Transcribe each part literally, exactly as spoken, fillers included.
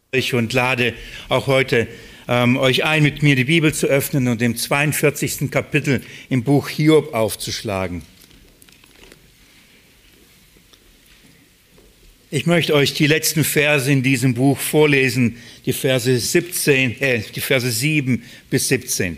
euch und lade auch heute ähm, euch ein, mit mir die Bibel zu öffnen und im zweiundvierzigsten Kapitel im Buch Hiob aufzuschlagen. Ich möchte euch die letzten Verse in diesem Buch vorlesen, die Verse siebzehn, äh, die Verse sieben bis siebzehn.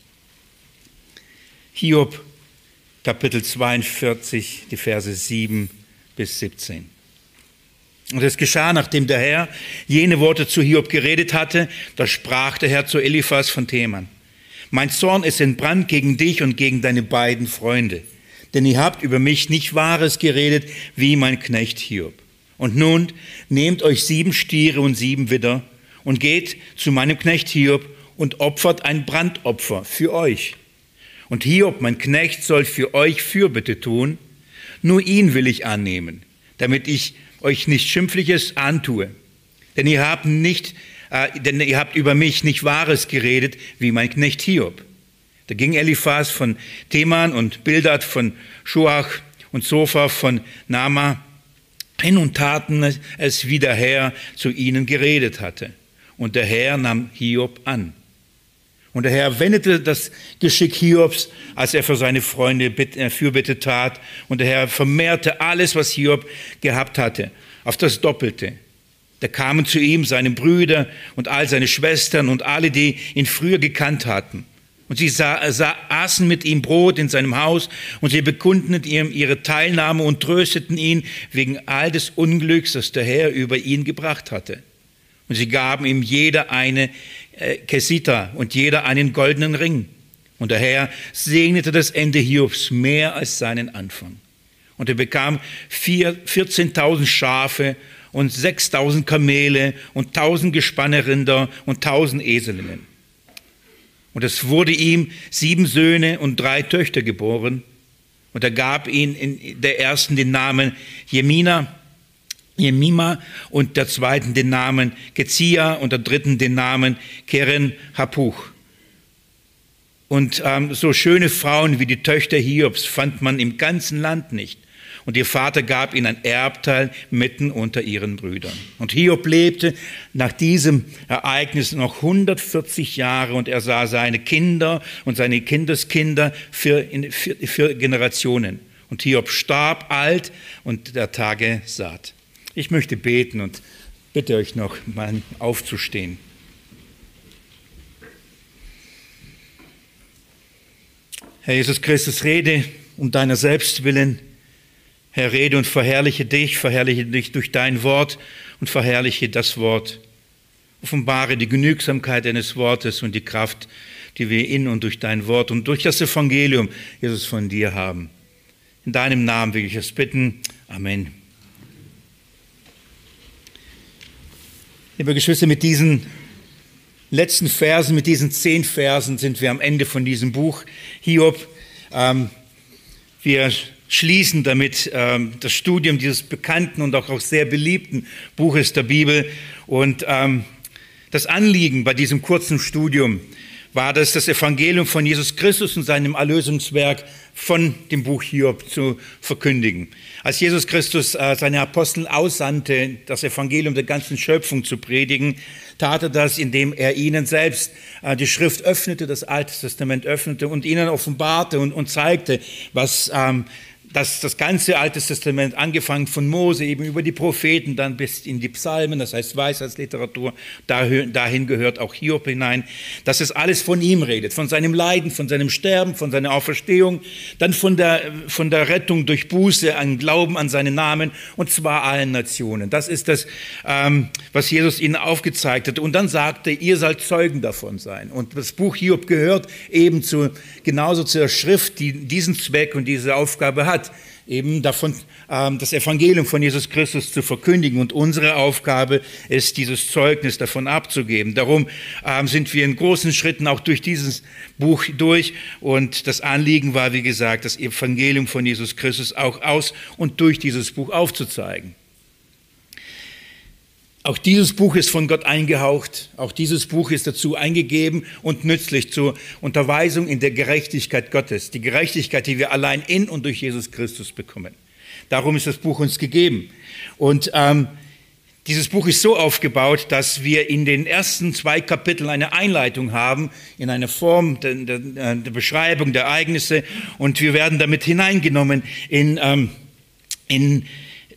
Hiob, Kapitel zweiundvierzig, die Verse sieben bis siebzehn. Und es geschah, nachdem der Herr jene Worte zu Hiob geredet hatte, da sprach der Herr zu Eliphas von Teman: Mein Zorn ist entbrannt gegen dich und gegen deine beiden Freunde, denn ihr habt über mich nicht Wahres geredet, wie mein Knecht Hiob. Und nun nehmt euch sieben Stiere und sieben Widder und geht zu meinem Knecht Hiob und opfert ein Brandopfer für euch. Und Hiob, mein Knecht, soll für euch Fürbitte tun, nur ihn will ich annehmen, damit ich euch nichts Schimpfliches antue. Denn ihr habt nicht, äh, denn ihr habt über mich nicht Wahres geredet, wie mein Knecht Hiob. Da ging Eliphas von Teman und Bildad von Schuach und Zophar von Nama hin und taten es, wie der Herr zu ihnen geredet hatte. Und der Herr nahm Hiob an. Und der Herr wendete das Geschick Hiobs, als er für seine Freunde Fürbitte tat. Und der Herr vermehrte alles, was Hiob gehabt hatte, auf das Doppelte. Da kamen zu ihm seine Brüder und all seine Schwestern und alle, die ihn früher gekannt hatten. Und sie sah, sah, aßen mit ihm Brot in seinem Haus und sie bekundeten ihm ihre Teilnahme und trösteten ihn wegen all des Unglücks, das der Herr über ihn gebracht hatte. Und sie gaben ihm jeder eine äh, Kesita und jeder einen goldenen Ring. Und der Herr segnete das Ende Hiobs mehr als seinen Anfang. Und er bekam vierzehntausend Schafe und sechstausend Kamele und tausend Gespanne Rinder und tausend Eselinnen. Und es wurde ihm sieben Söhne und drei Töchter geboren. Und er gab ihm in der ersten den Namen Jemina, Jemima und der zweiten den Namen Kezia und der dritten den Namen Keren Hapuch. Und ähm, so schöne Frauen wie die Töchter Hiobs fand man im ganzen Land nicht. Und ihr Vater gab ihnen ein Erbteil mitten unter ihren Brüdern. Und Hiob lebte nach diesem Ereignis noch hundertvierzig Jahre und er sah seine Kinder und seine Kindeskinder für, für, für Generationen. Und Hiob starb alt und der Tage saat. Ich möchte beten und bitte euch noch mal aufzustehen. Herr Jesus Christus, rede um deiner selbst willen. Herr, rede und verherrliche dich, verherrliche dich durch dein Wort und verherrliche das Wort. Offenbare die Genügsamkeit deines Wortes und die Kraft, die wir in und durch dein Wort und durch das Evangelium, Jesus, von dir haben. In deinem Namen will ich es bitten. Amen. Liebe Geschwister, mit diesen letzten Versen, mit diesen zehn Versen sind wir am Ende von diesem Buch Hiob. Ähm, wir schließen damit ähm, das Studium dieses bekannten und auch, auch sehr beliebten Buches der Bibel. Und ähm, das Anliegen bei diesem kurzen Studium war das, das Evangelium von Jesus Christus und seinem Erlösungswerk von dem Buch Hiob zu verkündigen. Als Jesus Christus äh, seine Apostel aussandte, das Evangelium der ganzen Schöpfung zu predigen, tat er das, indem er ihnen selbst äh, die Schrift öffnete, das Alte Testament öffnete und ihnen offenbarte und, und zeigte, was ähm, dass das ganze Alte Testament, angefangen von Mose, eben über die Propheten, dann bis in die Psalmen, das heißt Weisheitsliteratur, dahin gehört auch Hiob hinein, dass es alles von ihm redet, von seinem Leiden, von seinem Sterben, von seiner Auferstehung, dann von der, von der Rettung durch Buße, an Glauben an seinen Namen, und zwar allen Nationen. Das ist das, ähm, was Jesus ihnen aufgezeigt hat. Und dann sagte, ihr sollt Zeugen davon sein. Und das Buch Hiob gehört eben zu, genauso zur Schrift, die diesen Zweck und diese Aufgabe hat, eben davon ähm, das Evangelium von Jesus Christus zu verkündigen. Und unsere Aufgabe ist, dieses Zeugnis davon abzugeben. Darum ähm, sind wir in großen Schritten auch durch dieses Buch durch. Und das Anliegen war, wie gesagt, das Evangelium von Jesus Christus auch aus und durch dieses Buch aufzuzeigen. Auch dieses Buch ist von Gott eingehaucht. Auch dieses Buch ist dazu eingegeben und nützlich zur Unterweisung in der Gerechtigkeit Gottes. Die Gerechtigkeit, die wir allein in und durch Jesus Christus bekommen. Darum ist das Buch uns gegeben. Und ähm, Dieses Buch ist so aufgebaut, dass wir in den ersten zwei Kapiteln eine Einleitung haben, in einer Form der, der, der Beschreibung der Ereignisse, und wir werden damit hineingenommen in, ähm, in,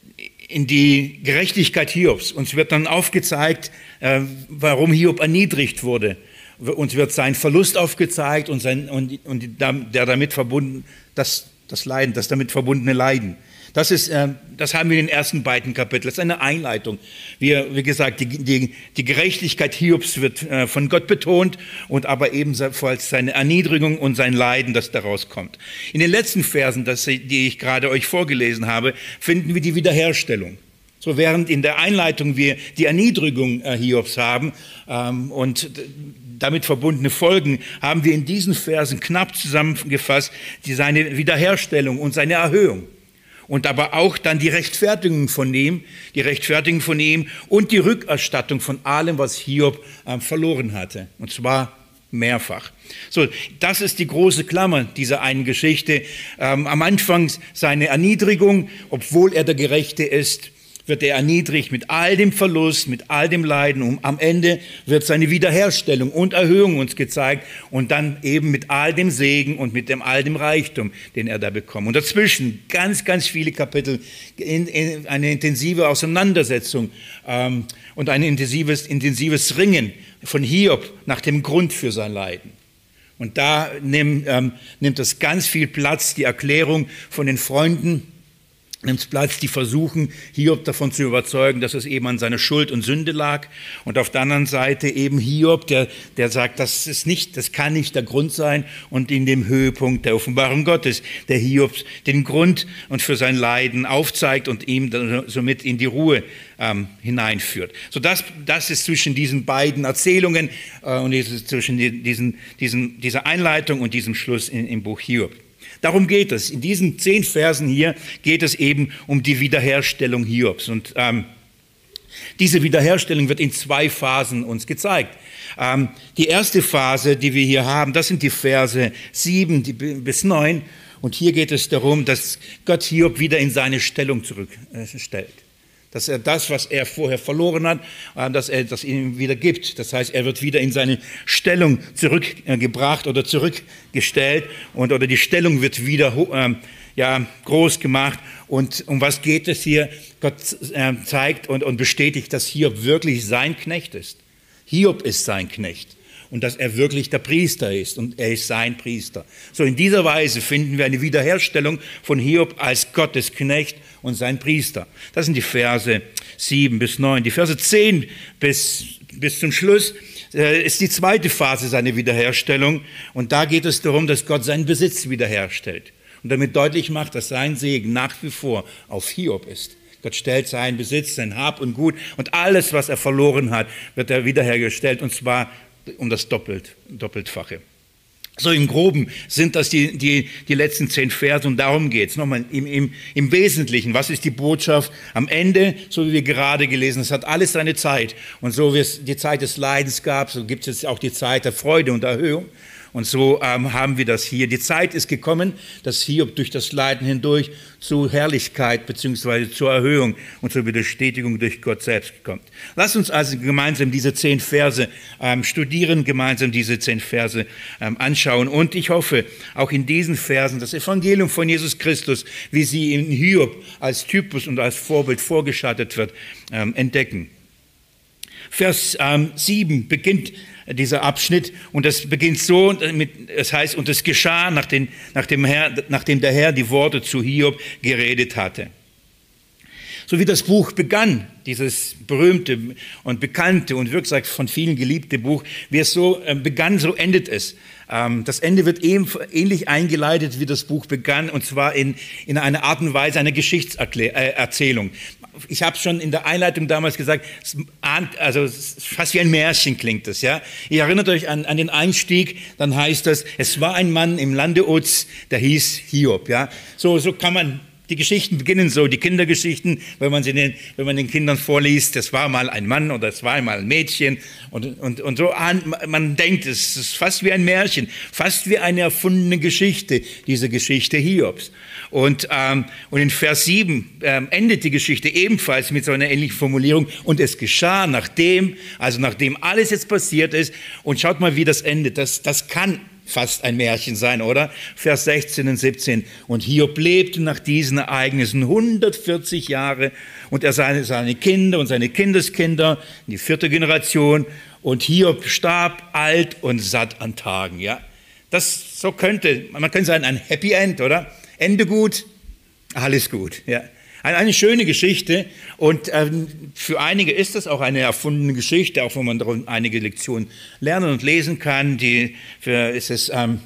in die Gerechtigkeit Hiobs. Uns wird dann aufgezeigt, äh, warum Hiob erniedrigt wurde. Uns wird sein Verlust aufgezeigt und, sein, und, und der damit verbunden, das, das Leiden, das damit verbundene Leiden. Das, ist, äh, das haben wir in den ersten beiden Kapiteln. Das ist eine Einleitung. Wir, wie gesagt, die, die, die Gerechtigkeit Hiobs wird äh, von Gott betont und aber ebenfalls seine Erniedrigung und sein Leiden, das daraus kommt. In den letzten Versen, das, die ich gerade euch vorgelesen habe, finden wir die Wiederherstellung. So während in der Einleitung wir die Erniedrigung äh, Hiobs haben ähm, und damit verbundene Folgen, haben wir in diesen Versen knapp zusammengefasst die, seine Wiederherstellung und seine Erhöhung. Und aber auch dann die Rechtfertigung von ihm, die Rechtfertigung von ihm und die Rückerstattung von allem, was Hiob äh, verloren hatte. Und zwar mehrfach. So, das ist die große Klammer dieser einen Geschichte. Ähm, am Anfang seine Erniedrigung, obwohl er der Gerechte ist, wird er erniedrigt mit all dem Verlust, mit all dem Leiden. Und am Ende wird seine Wiederherstellung und Erhöhung uns gezeigt und dann eben mit all dem Segen und mit dem all dem Reichtum, den er da bekommt. Und dazwischen ganz, ganz viele Kapitel, in, in eine intensive Auseinandersetzung ähm, und ein intensives, intensives Ringen von Hiob nach dem Grund für sein Leiden. Und da nimmt, ähm, nimmt das ganz viel Platz, die Erklärung von den Freunden, nimmt Platz, die versuchen, Hiob davon zu überzeugen, dass es eben an seiner Schuld und Sünde lag. Und auf der anderen Seite eben Hiob, der, der sagt, das ist nicht, das kann nicht der Grund sein. Und in dem Höhepunkt der Offenbarung Gottes, der Hiob den Grund und für sein Leiden aufzeigt und ihm somit in die Ruhe ähm, hineinführt. So das, das ist zwischen diesen beiden Erzählungen äh, und dieses, zwischen diesen, diesen, dieser Einleitung und diesem Schluss in, im Buch Hiob. Darum geht es. In diesen zehn Versen hier geht es eben um die Wiederherstellung Hiobs. Und ähm, diese Wiederherstellung wird in zwei Phasen uns gezeigt. Ähm, die erste Phase, die wir hier haben, das sind die Verse sieben bis neun. Und hier geht es darum, dass Gott Hiob wieder in seine Stellung zurückstellt. Dass er das, was er vorher verloren hat, dass er das ihm wieder gibt. Das heißt, er wird wieder in seine Stellung zurückgebracht oder zurückgestellt und oder die Stellung wird wieder ähm, ja, groß gemacht. Und um was geht es hier? Gott äh, zeigt und, und bestätigt, dass Hiob wirklich sein Knecht ist. Hiob ist sein Knecht. Und dass er wirklich der Priester ist und er ist sein Priester. So in dieser Weise finden wir eine Wiederherstellung von Hiob als Gottes Knecht und sein Priester. Das sind die Verse sieben bis neun. Die Verse zehn bis, bis zum Schluss äh, ist die zweite Phase seiner Wiederherstellung. Und da geht es darum, dass Gott seinen Besitz wiederherstellt. Und damit deutlich macht, dass sein Segen nach wie vor auf Hiob ist. Gott stellt seinen Besitz, sein Hab und Gut und alles, was er verloren hat, wird er wiederhergestellt. Und zwar um das Doppelt, Doppeltfache. So im Groben sind das die, die, die letzten zehn Verse und darum geht es. Nochmal im, im, im Wesentlichen, was ist die Botschaft am Ende, so wie wir gerade gelesen haben, es hat alles seine Zeit. Und so wie es die Zeit des Leidens gab, so gibt es jetzt auch die Zeit der Freude und Erhöhung. Und so ähm, haben wir das hier. Die Zeit ist gekommen, dass Hiob durch das Leiden hindurch zu Herrlichkeit bzw. zur Erhöhung und zur Bestätigung durch Gott selbst kommt. Lasst uns also gemeinsam diese zehn Verse ähm, studieren, gemeinsam diese zehn Verse ähm, anschauen. Und ich hoffe, auch in diesen Versen das Evangelium von Jesus Christus, wie sie in Hiob als Typus und als Vorbild vorgeschattet wird, ähm, entdecken. Vers ähm, sieben beginnt dieser Abschnitt und das beginnt so, mit, es heißt, und es geschah, nachdem, nachdem, Herr, nachdem der Herr die Worte zu Hiob geredet hatte. So wie das Buch begann, dieses berühmte und bekannte und wirklich von vielen geliebte Buch, wie es so begann, so endet es. Das Ende wird ähnlich eingeleitet, wie das Buch begann, und zwar in, in einer Art und Weise einer Geschichtserzählung. Ich habe schon in der Einleitung damals gesagt, also fast wie ein Märchen klingt das, ja. Ihr erinnert euch an, an den Einstieg, dann heißt das, es war ein Mann im Lande Uz, der hieß Hiob, ja. So, so kann man Die Geschichten beginnen so, die Kindergeschichten, wenn man sie den, wenn man den Kindern vorliest, das war mal ein Mann oder das war einmal ein Mädchen und, und, und so an, man denkt, es ist fast wie ein Märchen, fast wie eine erfundene Geschichte, diese Geschichte Hiobs. Und, ähm, und in Vers sieben ähm, endet die Geschichte ebenfalls mit so einer ähnlichen Formulierung. Und es geschah nachdem, also nachdem alles jetzt passiert ist. Und schaut mal, wie das endet. Das, das kann fast ein Märchen sein, oder? Vers sechzehn und siebzehn. Und Hiob lebte nach diesen Ereignissen hundertvierzig Jahre und er seine, seine Kinder und seine Kindeskinder, die vierte Generation. Und Hiob starb alt und satt an Tagen, ja. Das, so könnte, man könnte sagen, ein Happy End, oder? Ende gut, alles gut, ja. Eine schöne Geschichte und ähm, für einige ist das auch eine erfundene Geschichte, auch wenn man darum einige Lektionen lernen und lesen kann. Die, für, ist es, ähm,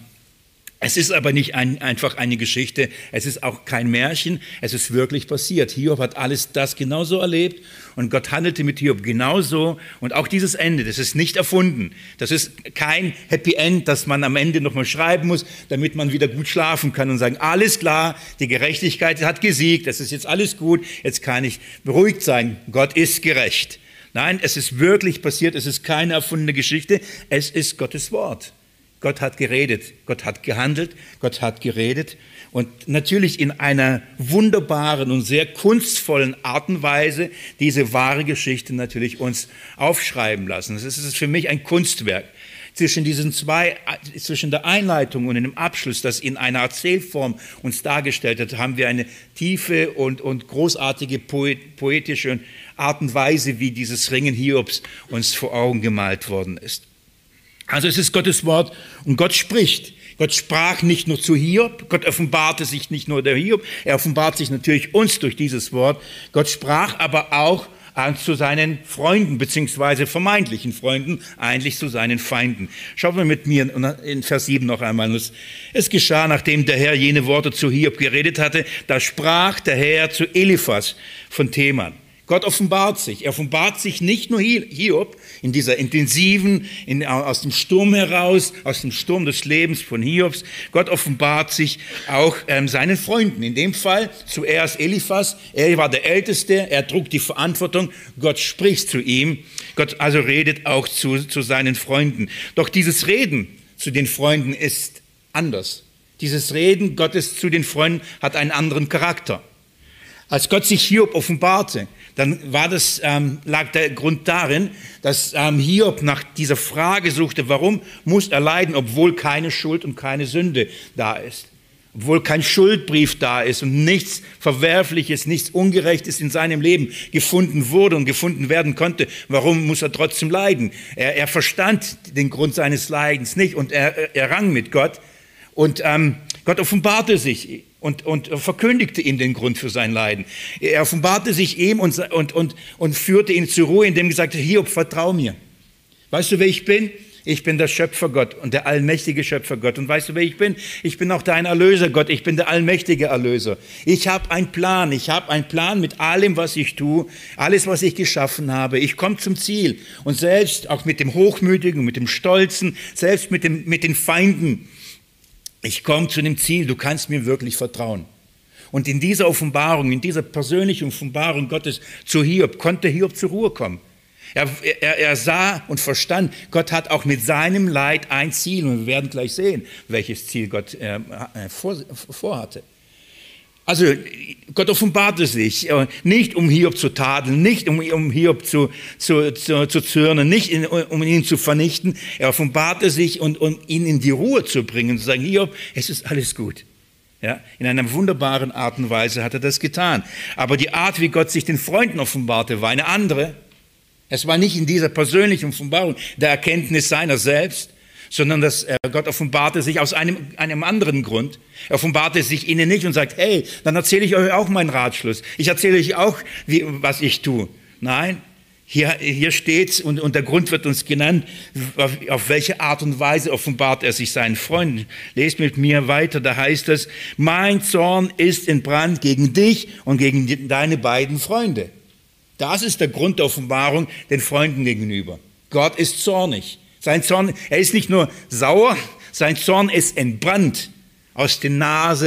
es ist aber nicht ein, einfach eine Geschichte, es ist auch kein Märchen, es ist wirklich passiert. Hiob hat alles das genauso erlebt und Gott handelte mit Hiob genauso und auch dieses Ende, das ist nicht erfunden. Das ist kein Happy End, das man am Ende nochmal schreiben muss, damit man wieder gut schlafen kann und sagen, alles klar, die Gerechtigkeit hat gesiegt, das ist jetzt alles gut, jetzt kann ich beruhigt sein, Gott ist gerecht. Nein, es ist wirklich passiert, es ist keine erfundene Geschichte, es ist Gottes Wort. Gott hat geredet, Gott hat gehandelt, Gott hat geredet und natürlich in einer wunderbaren und sehr kunstvollen Art und Weise diese wahre Geschichte natürlich uns aufschreiben lassen. Das ist für mich ein Kunstwerk. Zwischen diesen zwei, zwischen der Einleitung und dem Abschluss, das in einer Erzählform uns dargestellt hat, haben wir eine tiefe und, und großartige poetische Art und Weise, wie dieses Ringen Hiobs uns vor Augen gemalt worden ist. Also es ist Gottes Wort und Gott spricht. Gott sprach nicht nur zu Hiob, Gott offenbarte sich nicht nur der Hiob, er offenbart sich natürlich uns durch dieses Wort. Gott sprach aber auch zu seinen Freunden, beziehungsweise vermeintlichen Freunden, eigentlich zu seinen Feinden. Schaut mal mit mir in Vers sieben noch einmal. Es geschah, nachdem der Herr jene Worte zu Hiob geredet hatte, da sprach der Herr zu Eliphas von Teman. Gott offenbart sich. Er offenbart sich nicht nur Hiob in dieser intensiven, in, aus dem Sturm heraus, aus dem Sturm des Lebens von Hiobs. Gott offenbart sich auch ähm, seinen Freunden. In dem Fall zuerst Eliphas. Er war der Älteste. Er trug die Verantwortung. Gott spricht zu ihm. Gott also redet auch zu, zu seinen Freunden. Doch dieses Reden zu den Freunden ist anders. Dieses Reden Gottes zu den Freunden hat einen anderen Charakter. Als Gott sich Hiob offenbarte, dann war das, ähm, lag der Grund darin, dass ähm, Hiob nach dieser Frage suchte, warum muss er leiden, obwohl keine Schuld und keine Sünde da ist. Obwohl kein Schuldbrief da ist und nichts Verwerfliches, nichts Ungerechtes in seinem Leben gefunden wurde und gefunden werden konnte, warum muss er trotzdem leiden? Er, er verstand den Grund seines Leidens nicht und er, er rang mit Gott. Und ähm, Gott offenbarte sich und, und verkündigte ihm den Grund für sein Leiden. Er offenbarte sich ihm und, und, und, und führte ihn zur Ruhe, indem er sagte, Hiob, vertrau mir. Weißt du, wer ich bin? Ich bin der Schöpfergott und der allmächtige Schöpfergott. Und weißt du, wer ich bin? Ich bin auch dein Erlösergott. Ich bin der allmächtige Erlöser. Ich habe einen Plan. Ich habe einen Plan mit allem, was ich tue, alles, was ich geschaffen habe. Ich komme zum Ziel. Und selbst auch mit dem Hochmütigen, mit dem Stolzen, selbst mit, dem, mit den Feinden, ich komme zu dem Ziel, du kannst mir wirklich vertrauen. Und in dieser Offenbarung, in dieser persönlichen Offenbarung Gottes zu Hiob, konnte Hiob zur Ruhe kommen. Er, er, er sah und verstand, Gott hat auch mit seinem Leid ein Ziel. Und wir werden gleich sehen, welches Ziel Gott äh, vor, vorhatte. Also Gott offenbarte sich, nicht um Hiob zu tadeln, nicht um, um Hiob zu, zu, zu, zu zürnen, nicht in, um ihn zu vernichten. Er offenbarte sich, und, um ihn in die Ruhe zu bringen, zu sagen, Hiob, es ist alles gut. Ja, in einer wunderbaren Art und Weise hat er das getan. Aber die Art, wie Gott sich den Freunden offenbarte, war eine andere. Es war nicht in dieser persönlichen Offenbarung der Erkenntnis seiner selbst, sondern dass Gott offenbarte sich aus einem, einem anderen Grund. Er offenbarte sich ihnen nicht und sagt, hey, dann erzähle ich euch auch meinen Ratschluss. Ich erzähle euch auch, wie, was ich tue. Nein, hier, hier steht's und, und der Grund wird uns genannt, auf, auf welche Art und Weise offenbart er sich seinen Freunden. Lest mit mir weiter, da heißt es, mein Zorn ist entbrannt gegen dich und gegen deine beiden Freunde. Das ist der Grund der Offenbarung den Freunden gegenüber. Gott ist zornig. Sein Zorn, er ist nicht nur sauer, sein Zorn ist entbrannt aus der Nase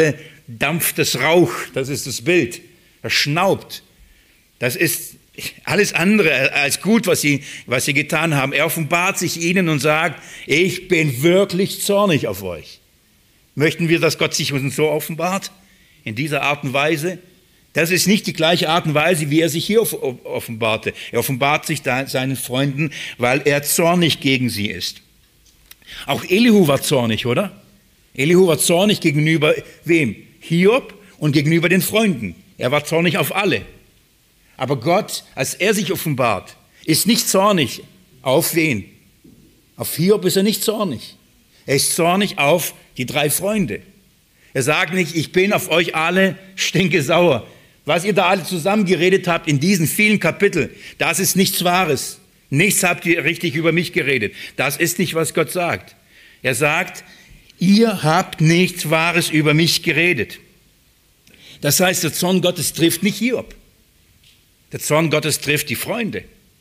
dampft es Rauch, das ist das Bild. Er schnaubt. Das ist alles andere als gut, was sie, was sie getan haben. Er offenbart sich ihnen und sagt, ich bin wirklich zornig auf euch. Möchten wir, dass Gott sich uns so offenbart? In dieser Art und Weise? Das ist nicht die gleiche Art und Weise, wie er sich hier offenbarte. Er offenbart sich da seinen Freunden, weil er zornig gegen sie ist. Auch Elihu war zornig, oder? Elihu war zornig gegenüber wem? Hiob und gegenüber den Freunden. Er war zornig auf alle. Aber Gott, als er sich offenbart, ist nicht zornig. Auf wen? Auf Hiob ist er nicht zornig. Er ist zornig auf die drei Freunde. Er sagt nicht, ich bin auf euch alle stinkesauer. Was ihr da alle zusammen geredet habt in diesen vielen Kapiteln, das ist nichts Wahres. Nichts habt ihr richtig über mich geredet. Das ist nicht, was Gott sagt. Er sagt, ihr habt nichts Wahres über mich geredet. Das heißt, der Zorn Gottes trifft nicht Hiob. Der Zorn Gottes trifft die Freunde.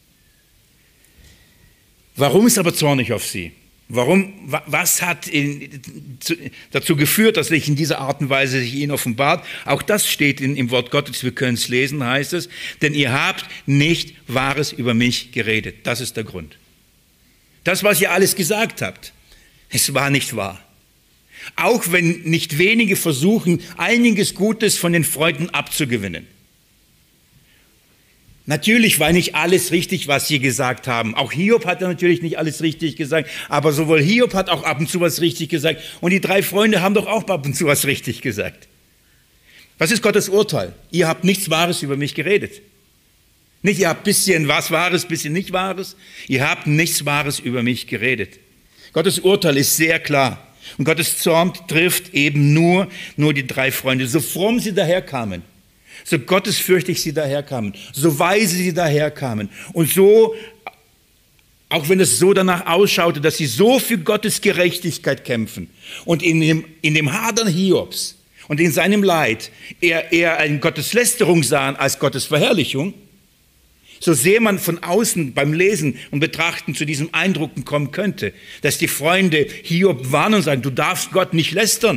Warum ist er aber zornig auf sie? Warum, was hat ihn dazu geführt, dass sich in dieser Art und Weise sich ihnen offenbart? Auch das steht in, im Wort Gottes, wir können es lesen, heißt es, denn ihr habt nicht Wahres über mich geredet. Das ist der Grund. Das, was ihr alles gesagt habt, es war nicht wahr. Auch wenn nicht wenige versuchen, einiges Gutes von den Freunden abzugewinnen. Natürlich war nicht alles richtig, was sie gesagt haben. Auch Hiob hat natürlich nicht alles richtig gesagt, aber sowohl Hiob hat auch ab und zu was richtig gesagt und die drei Freunde haben doch auch ab und zu was richtig gesagt. Was ist Gottes Urteil? Ihr habt nichts Wahres über mich geredet. Nicht, ihr habt ein bisschen was Wahres, ein bisschen nicht Wahres. Ihr habt nichts Wahres über mich geredet. Gottes Urteil ist sehr klar. Und Gottes Zorn trifft eben nur, nur die drei Freunde. So fromm sie daherkamen, so gottesfürchtig sie daherkamen, so weise sie daherkamen und so, auch wenn es so danach ausschaute, dass sie so für Gottes Gerechtigkeit kämpfen und in dem, in dem Hadern Hiobs und in seinem Leid eher, eher eine Gotteslästerung sahen als Gottes Verherrlichung, so sehr man von außen beim Lesen und Betrachten zu diesem Eindruck kommen könnte, dass die Freunde Hiob warnen und sagen, du darfst Gott nicht lästern.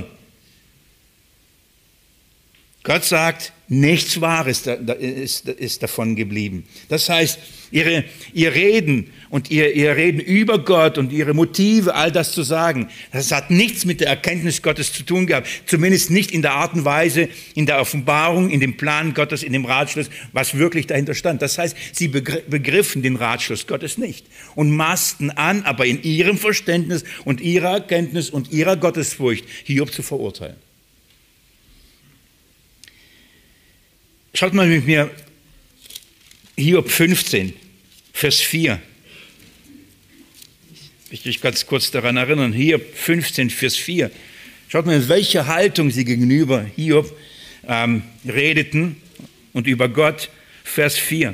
Gott sagt, nichts Wahres ist davon geblieben. Das heißt, ihre, ihr Reden und ihr, ihr Reden über Gott und ihre Motive, all das zu sagen, das hat nichts mit der Erkenntnis Gottes zu tun gehabt. Zumindest nicht in der Art und Weise, in der Offenbarung, in dem Plan Gottes, in dem Ratschluss, was wirklich dahinter stand. Das heißt, sie begriffen den Ratschluss Gottes nicht und maßten an, aber in ihrem Verständnis und ihrer Erkenntnis und ihrer Gottesfurcht Hiob zu verurteilen. Schaut mal mit mir Hiob fünfzehn, Vers vier. Ich will mich ganz kurz daran erinnern. Hiob fünfzehn, Vers vier. Schaut mal, in welcher Haltung sie gegenüber Hiob ähm, redeten und über Gott. Vers vier.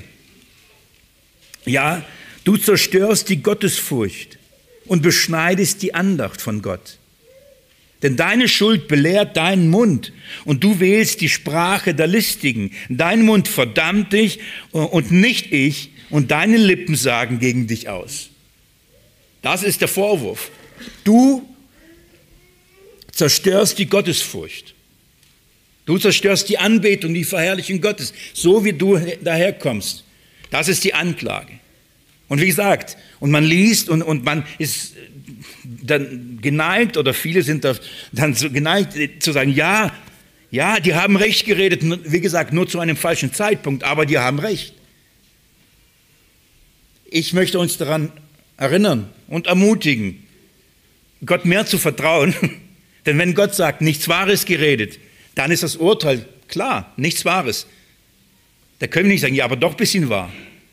Ja, du zerstörst die Gottesfurcht und beschneidest die Andacht von Gott. Denn deine Schuld belehrt deinen Mund und du wählst die Sprache der Listigen. Dein Mund verdammt dich und nicht ich und deine Lippen sagen gegen dich aus. Das ist der Vorwurf. Du zerstörst die Gottesfurcht. Du zerstörst die Anbetung, die Verherrlichung Gottes, so wie du daherkommst. Das ist die Anklage. Und wie gesagt, und man liest und, und man ist dann geneigt, oder viele sind dann so geneigt zu sagen, ja, ja, die haben recht geredet, wie gesagt, nur zu einem falschen Zeitpunkt, aber die haben recht. Ich möchte uns daran erinnern und ermutigen, Gott mehr zu vertrauen, denn wenn Gott sagt, nichts Wahres geredet, dann ist das Urteil klar, nichts Wahres. Da können wir nicht sagen, ja, aber doch ein bisschen wahr.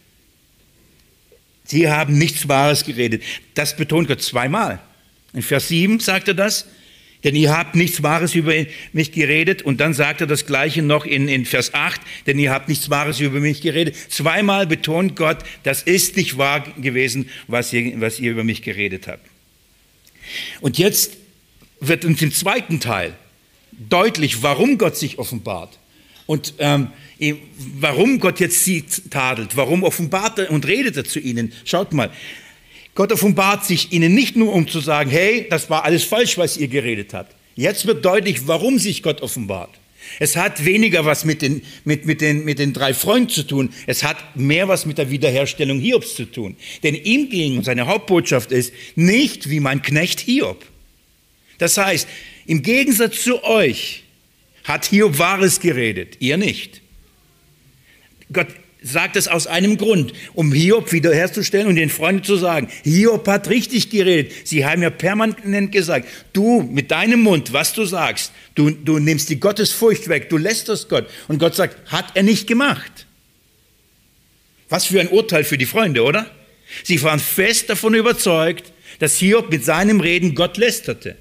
Sie haben nichts Wahres geredet. Das betont Gott zweimal. In Vers sieben sagt er das, denn ihr habt nichts Wahres über mich geredet. Und dann sagt er das Gleiche noch in, in Vers acht, denn ihr habt nichts Wahres über mich geredet. Zweimal betont Gott, das ist nicht wahr gewesen, was ihr, was ihr über mich geredet habt. Und jetzt wird uns im zweiten Teil deutlich, warum Gott sich offenbart. Und ähm, warum Gott jetzt sie tadelt, warum offenbart er und redet er zu ihnen. Schaut mal, Gott offenbart sich ihnen nicht nur, um zu sagen, hey, das war alles falsch, was ihr geredet habt. Jetzt wird deutlich, warum sich Gott offenbart. Es hat weniger was mit den, mit, mit, den, mit den drei Freunden zu tun. Es hat mehr was mit der Wiederherstellung Hiobs zu tun. Denn ihm ging, und seine Hauptbotschaft ist, nicht wie mein Knecht Hiob. Das heißt, im Gegensatz zu euch hat Hiob Wahres geredet, ihr nicht. Gott sagt es aus einem Grund, um Hiob wiederherzustellen und den Freunden zu sagen, Hiob hat richtig geredet. Sie haben ja permanent gesagt, du mit deinem Mund, was du sagst, du, du nimmst die Gottesfurcht weg, du lästerst Gott. Und Gott sagt, hat er nicht gemacht. Was für ein Urteil für die Freunde, oder? Sie waren fest davon überzeugt, dass Hiob mit seinem Reden Gott lästerte.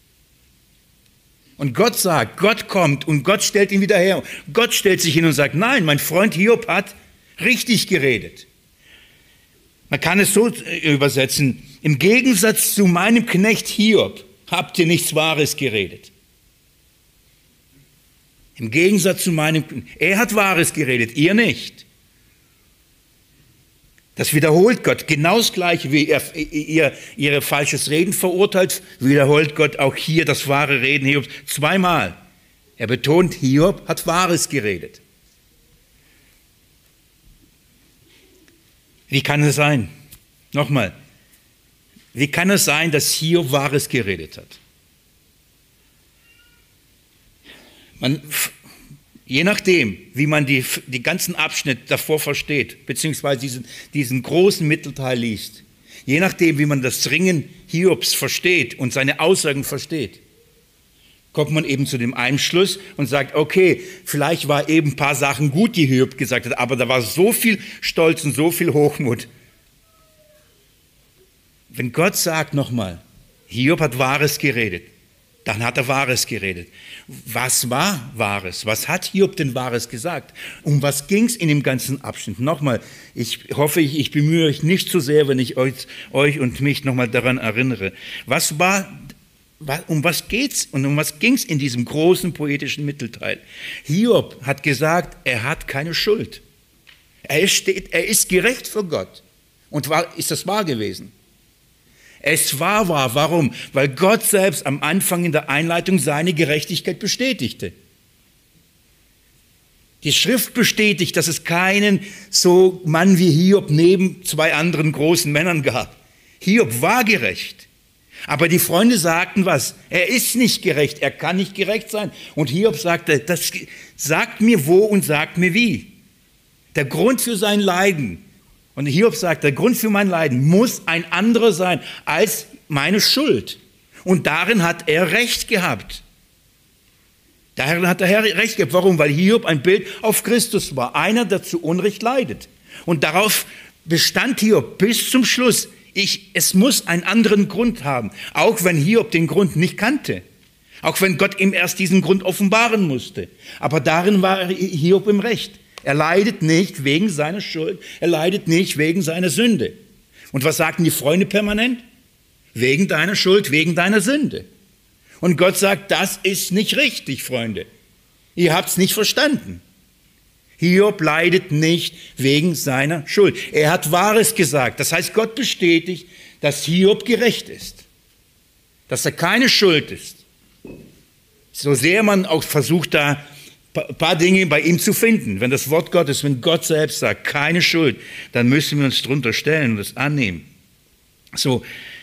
Und Gott sagt, Gott kommt und Gott stellt ihn wieder her. Gott stellt sich hin und sagt, nein, mein Freund Hiob hat richtig geredet. Man kann es so übersetzen, im Gegensatz zu meinem Knecht Hiob habt ihr nichts Wahres geredet. Im Gegensatz zu meinem, er hat Wahres geredet, ihr nicht. Das wiederholt Gott, genau das Gleiche, wie er ihr, ihr falsches Reden verurteilt, wiederholt Gott auch hier das wahre Reden Hiobs zweimal. Er betont, Hiob hat Wahres geredet. Wie kann es sein? Nochmal, wie kann es sein, dass Hiob Wahres geredet hat? Man, je nachdem, wie man die, die ganzen Abschnitte davor versteht, beziehungsweise diesen, diesen großen Mittelteil liest, je nachdem, wie man das Ringen Hiobs versteht und seine Aussagen versteht, kommt man eben zu dem Einschluss und sagt, okay, vielleicht war eben ein paar Sachen gut, die Hiob gesagt hat, aber da war so viel Stolz und so viel Hochmut. Wenn Gott sagt nochmal, Hiob hat Wahres geredet, dann hat er Wahres geredet. Was war Wahres? Was hat Hiob denn Wahres gesagt? Um was ging es in dem ganzen Abschnitt? Nochmal, ich hoffe, ich, ich bemühe euch nicht zu sehr, wenn ich euch, euch und mich nochmal daran erinnere. Was war Um was geht's und um was ging's in diesem großen poetischen Mittelteil? Hiob hat gesagt, er hat keine Schuld. Er, steht, er ist gerecht vor Gott. Und war, ist das wahr gewesen? Es war wahr. Warum? Weil Gott selbst am Anfang in der Einleitung seine Gerechtigkeit bestätigte. Die Schrift bestätigt, dass es keinen so Mann wie Hiob neben zwei anderen großen Männern gab. Hiob war gerecht. Aber die Freunde sagten was? Er ist nicht gerecht, er kann nicht gerecht sein. Und Hiob sagte, das sagt mir wo und sagt mir wie. Der Grund für sein Leiden, und Hiob sagt, der Grund für mein Leiden muss ein anderer sein als meine Schuld. Und darin hat er Recht gehabt. Darin hat der Herr Recht gehabt. Warum? Weil Hiob ein Bild auf Christus war, einer, der zu Unrecht leidet. Und darauf bestand Hiob bis zum Schluss. Ich, es muss einen anderen Grund haben, auch wenn Hiob den Grund nicht kannte, auch wenn Gott ihm erst diesen Grund offenbaren musste. Aber darin war Hiob im Recht. Er leidet nicht wegen seiner Schuld, er leidet nicht wegen seiner Sünde. Und was sagten die Freunde permanent? Wegen deiner Schuld, wegen deiner Sünde. Und Gott sagt, das ist nicht richtig, Freunde. Ihr habt es nicht verstanden. Hiob leidet nicht wegen seiner Schuld. Er hat Wahres gesagt. Das heißt, Gott bestätigt, dass Hiob gerecht ist. Dass er keine Schuld ist. So sehr man auch versucht, da ein paar Dinge bei ihm zu finden. Wenn das Wort Gottes, wenn Gott selbst sagt, keine Schuld, dann müssen wir uns drunter stellen und das annehmen. So,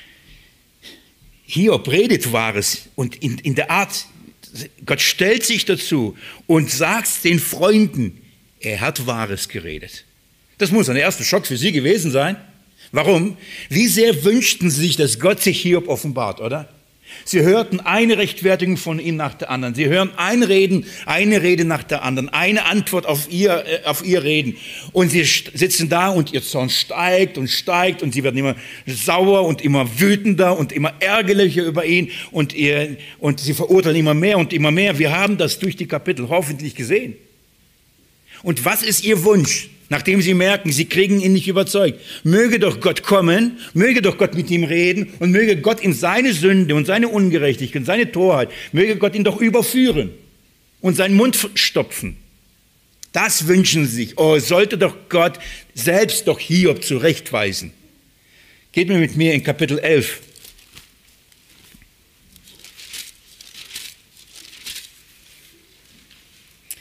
Hiob redet Wahres und in, in der Art, Gott stellt sich dazu und sagt den Freunden, er hat Wahres geredet. Das muss ein erster Schock für sie gewesen sein. Warum? Wie sehr wünschten sie sich, dass Gott sich Hiob offenbart, oder? Sie hörten eine Rechtfertigung von ihm nach der anderen. Sie hören ein Reden, eine Rede nach der anderen, eine Antwort auf ihr, äh, auf ihr Reden. Und sie sitzen da und ihr Zorn steigt und steigt und sie werden immer sauer und immer wütender und immer ärgerlicher über ihn und, ihr, und sie verurteilen immer mehr und immer mehr. Wir haben das durch die Kapitel hoffentlich gesehen. Und was ist ihr Wunsch, nachdem sie merken, sie kriegen ihn nicht überzeugt? Möge doch Gott kommen, möge doch Gott mit ihm reden und möge Gott ihm seine Sünde und seine Ungerechtigkeit und seine Torheit, möge Gott ihn doch überführen und seinen Mund stopfen. Das wünschen sie sich. Oh, sollte doch Gott selbst doch Hiob zurechtweisen. Geht mir mit mir in Kapitel elf.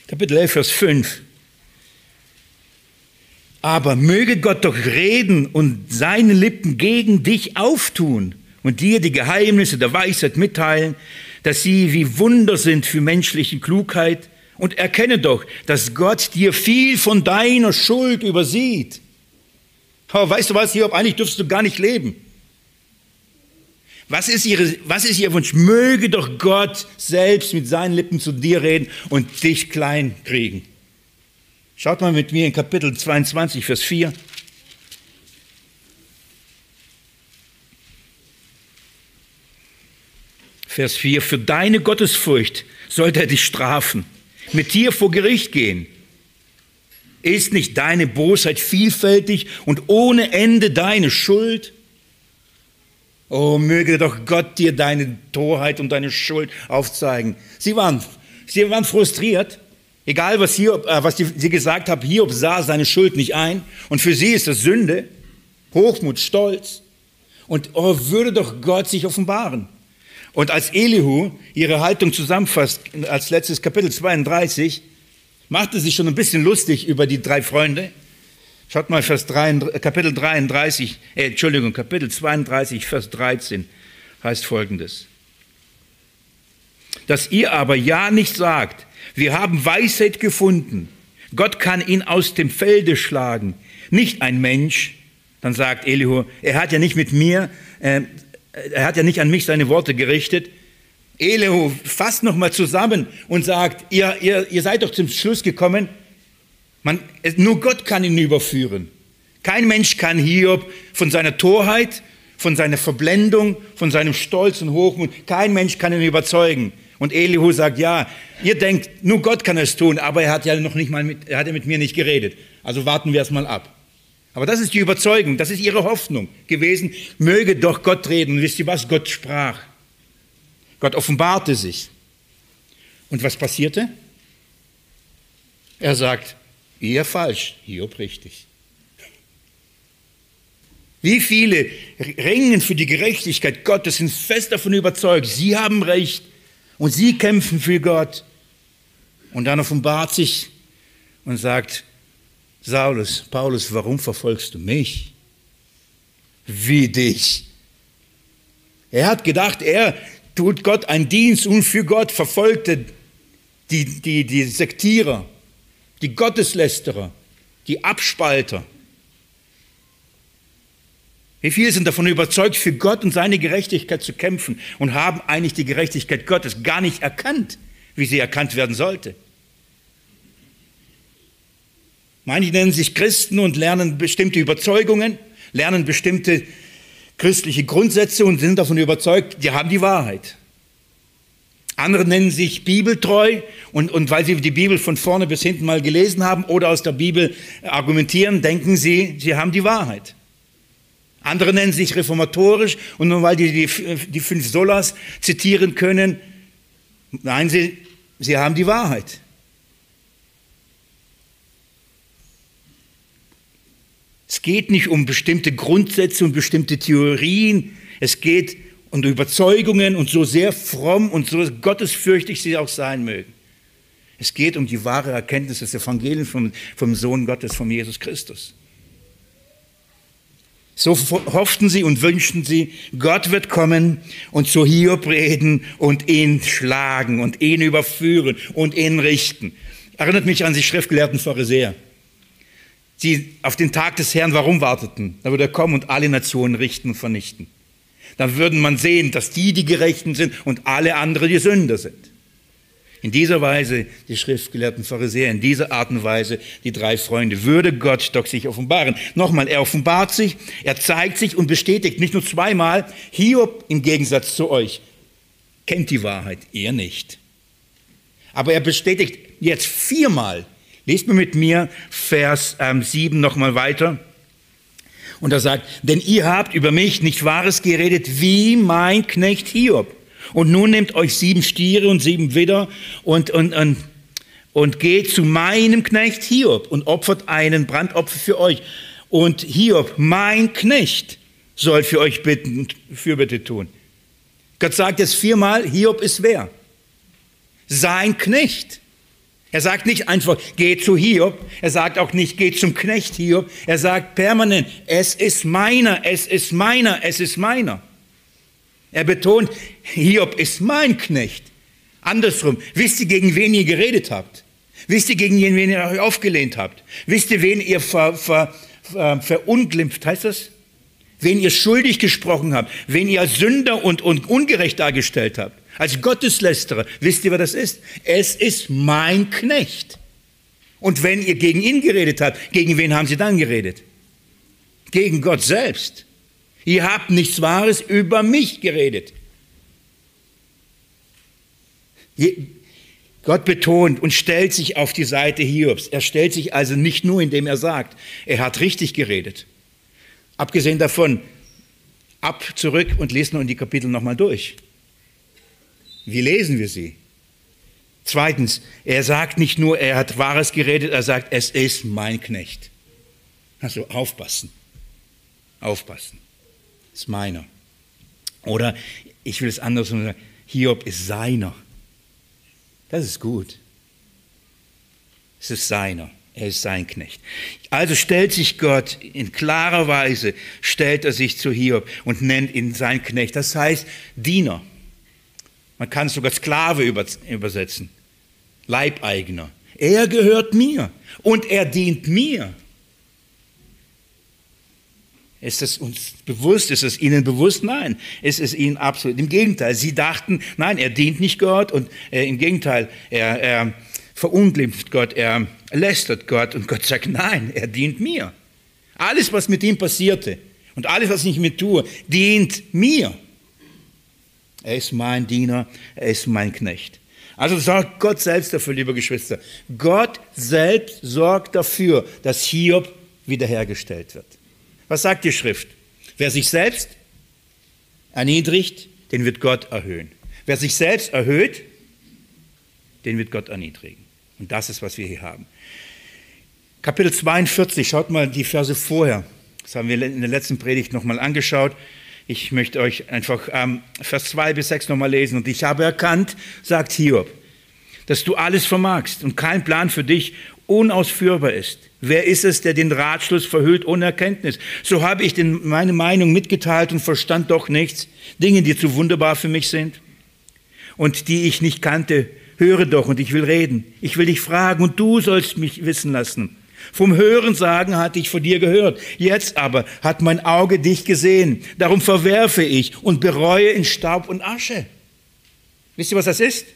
Kapitel elf, Vers fünf. Aber möge Gott doch reden und seine Lippen gegen dich auftun und dir die Geheimnisse der Weisheit mitteilen, dass sie wie Wunder sind für menschliche Klugheit. Und erkenne doch, dass Gott dir viel von deiner Schuld übersieht. Aber weißt du was, Hiob, eigentlich dürfst du gar nicht leben. Was ist, ihre, was ist ihr Wunsch? Möge doch Gott selbst mit seinen Lippen zu dir reden und dich klein kriegen. Schaut mal mit mir in Kapitel zweiundzwanzig, Vers vier. Vers vier. Für deine Gottesfurcht sollte er dich strafen, mit dir vor Gericht gehen. Ist nicht deine Bosheit vielfältig und ohne Ende deine Schuld? Oh, möge doch Gott dir deine Torheit und deine Schuld aufzeigen. Sie waren, sie waren frustriert. Egal, was, Hiob, äh, was die, sie gesagt haben, Hiob sah seine Schuld nicht ein. Und für sie ist das Sünde, Hochmut, Stolz. Und oh, würde doch Gott sich offenbaren. Und als Elihu ihre Haltung zusammenfasst, als letztes Kapitel zweiunddreißig, machte sich schon ein bisschen lustig über die drei Freunde. Schaut mal, Vers drei, Kapitel dreiunddreißig, äh, Entschuldigung, Kapitel zweiunddreißig, Vers dreizehn heißt Folgendes. Dass ihr aber ja nicht sagt, wir haben Weisheit gefunden, Gott kann ihn aus dem Felde schlagen, nicht ein Mensch. Dann sagt Elihu, er hat ja nicht mit mir, äh, er hat ja nicht an mich seine Worte gerichtet. Elihu fasst nochmal zusammen und sagt, ihr, ihr, ihr seid doch zum Schluss gekommen, man, nur Gott kann ihn überführen. Kein Mensch kann Hiob von seiner Torheit, von seiner Verblendung, von seinem Stolz und Hochmut, kein Mensch kann ihn überzeugen. Und Elihu sagt, ja, ihr denkt, nur Gott kann es tun, aber er hat ja noch nicht mal mit, er hat ja mit mir nicht geredet. Also warten wir es mal ab. Aber das ist die Überzeugung, das ist ihre Hoffnung gewesen. Möge doch Gott reden. Und wisst ihr was? Gott sprach. Gott offenbarte sich. Und was passierte? Er sagt, ihr falsch, Hiob richtig. Wie viele ringen für die Gerechtigkeit Gottes, sind fest davon überzeugt, sie haben Recht und sie kämpfen für Gott. Und dann offenbart sich und sagt, Saulus, Paulus, warum verfolgst du mich? Wie dich? Er hat gedacht, er tut Gott einen Dienst und für Gott verfolgte die, die, die Sektierer, die Gotteslästerer, die Abspalter. Wie viele sind davon überzeugt, für Gott und seine Gerechtigkeit zu kämpfen und haben eigentlich die Gerechtigkeit Gottes gar nicht erkannt, wie sie erkannt werden sollte? Manche nennen sich Christen und lernen bestimmte Überzeugungen, lernen bestimmte christliche Grundsätze und sind davon überzeugt, die haben die Wahrheit. Andere nennen sich bibeltreu und, und weil sie die Bibel von vorne bis hinten mal gelesen haben oder aus der Bibel argumentieren, denken sie, sie haben die Wahrheit. Andere nennen sich reformatorisch und nur weil die die, die fünf Solas zitieren können, meinen sie, sie haben die Wahrheit. Es geht nicht um bestimmte Grundsätze und bestimmte Theorien, es geht um Überzeugungen und so sehr fromm und so gottesfürchtig sie auch sein mögen. Es geht um die wahre Erkenntnis des Evangeliums vom, vom Sohn Gottes, vom Jesus Christus. So hofften sie und wünschten sie, Gott wird kommen und zu Hiob reden und ihn schlagen und ihn überführen und ihn richten. Erinnert mich an die schriftgelehrten Pharisäer. Sie auf den Tag des Herrn, warum warteten? Da würde er kommen und alle Nationen richten und vernichten. Dann würde man sehen, dass die die Gerechten sind und alle anderen die Sünder sind. In dieser Weise, die schriftgelehrten Pharisäer, in dieser Art und Weise, die drei Freunde, würde Gott doch sich offenbaren. Nochmal, er offenbart sich, er zeigt sich und bestätigt nicht nur zweimal, Hiob im Gegensatz zu euch kennt die Wahrheit, ihr nicht. Aber er bestätigt jetzt viermal. Lest mal mit mir Vers ähm, sieben nochmal weiter. Und er sagt, denn ihr habt über mich nicht Wahres geredet, wie mein Knecht Hiob. Und nun nehmt euch sieben Stiere und sieben Widder und, und, und, und geht zu meinem Knecht Hiob und opfert einen Brandopfer für euch. Und Hiob, mein Knecht, soll für euch bitten, Fürbitte tun. Gott sagt jetzt viermal, Hiob ist wer? Sein Knecht. Er sagt nicht einfach, geh zu Hiob. Er sagt auch nicht, geh zum Knecht Hiob. Er sagt permanent, es ist meiner, es ist meiner, es ist meiner. Er betont, Hiob ist mein Knecht. Andersrum, wisst ihr, gegen wen ihr geredet habt? Wisst ihr, gegen wen ihr euch aufgelehnt habt? Wisst ihr, wen ihr ver, ver, ver, verunglimpft, heißt das? Wen ihr schuldig gesprochen habt? Wen ihr als Sünder und, und ungerecht dargestellt habt? Als Gotteslästerer. Wisst ihr, wer das ist? Es ist mein Knecht. Und wenn ihr gegen ihn geredet habt, gegen wen haben sie dann geredet? Gegen Gott selbst. Ihr habt nichts Wahres über mich geredet. Gott betont und stellt sich auf die Seite Hiobs. Er stellt sich also nicht nur, indem er sagt, er hat richtig geredet. Abgesehen davon, ab, zurück und lesen nur in die Kapitel nochmal durch. Wie lesen wir sie? Zweitens, er sagt nicht nur, er hat Wahres geredet, er sagt, es ist mein Knecht. Also aufpassen. Aufpassen. Es ist meiner. Oder, ich will es anders sagen, Hiob ist seiner. Das ist gut. Es ist seiner. Er ist sein Knecht. Also stellt sich Gott in klarer Weise, stellt er sich zu Hiob und nennt ihn sein Knecht. Das heißt Diener. Man kann es sogar Sklave übersetzen. Leibeigener. Er gehört mir und er dient mir. Ist es uns bewusst? Ist es ihnen bewusst? Nein, es ist ihnen absolut im Gegenteil. Sie dachten, nein, er dient nicht Gott und äh, im Gegenteil, er, er verunglimpft Gott, er lästert Gott und Gott sagt, nein, er dient mir. Alles, was mit ihm passierte und alles, was ich mit tue, dient mir. Er ist mein Diener, er ist mein Knecht. Also sorgt Gott selbst dafür, liebe Geschwister. Gott selbst sorgt dafür, dass Hiob wiederhergestellt wird. Was sagt die Schrift? Wer sich selbst erniedrigt, den wird Gott erhöhen. Wer sich selbst erhöht, den wird Gott erniedrigen. Und das ist, was wir hier haben. Kapitel zweiundvierzig, schaut mal die Verse vorher. Das haben wir in der letzten Predigt nochmal angeschaut. Ich möchte euch einfach ähm, Vers zwei bis sechs nochmal lesen. Und ich habe erkannt, sagt Hiob, dass du alles vermagst und kein Plan für dich unausführbar ist. Wer ist es, der den Ratschluss verhüllt ohne Erkenntnis? So habe ich den, meine Meinung mitgeteilt und verstand doch nichts. Dinge, die zu wunderbar für mich sind und die ich nicht kannte. Höre doch und ich will reden. Ich will dich fragen und du sollst mich wissen lassen. Vom Hören sagen hatte ich von dir gehört. Jetzt aber hat mein Auge dich gesehen. Darum verwerfe ich und bereue in Staub und Asche. Wisst ihr, was das ist?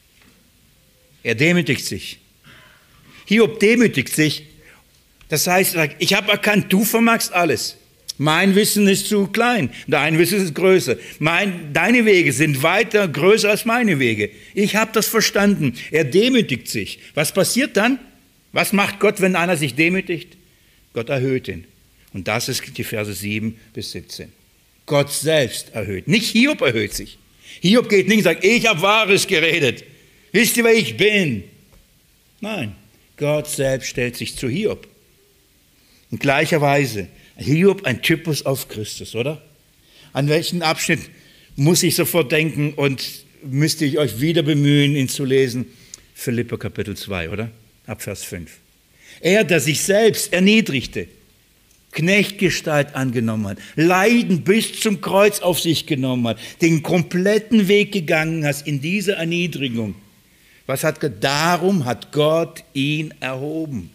Er demütigt sich. Hiob demütigt sich. Das heißt, ich habe erkannt, du vermagst alles. Mein Wissen ist zu klein, dein Wissen ist größer. Mein, deine Wege sind weiter größer als meine Wege. Ich habe das verstanden. Er demütigt sich. Was passiert dann? Was macht Gott, wenn einer sich demütigt? Gott erhöht ihn. Und das ist die Verse sieben bis siebzehn. Gott selbst erhöht. Nicht Hiob erhöht sich. Hiob geht nicht und sagt, ich habe Wahres geredet. Wisst ihr, wer ich bin? Nein, Gott selbst stellt sich zu Hiob. In gleicher Weise. Hiob ein Typus auf Christus, oder? An welchen Abschnitt muss ich sofort denken und müsste ich euch wieder bemühen, ihn zu lesen? Philipper Kapitel zwei, oder? Ab Vers fünf. Er, der sich selbst erniedrigte, Knechtgestalt angenommen hat, Leiden bis zum Kreuz auf sich genommen hat, den kompletten Weg gegangen hat in dieser Erniedrigung. Was hat Gott? Darum hat Gott ihn erhoben.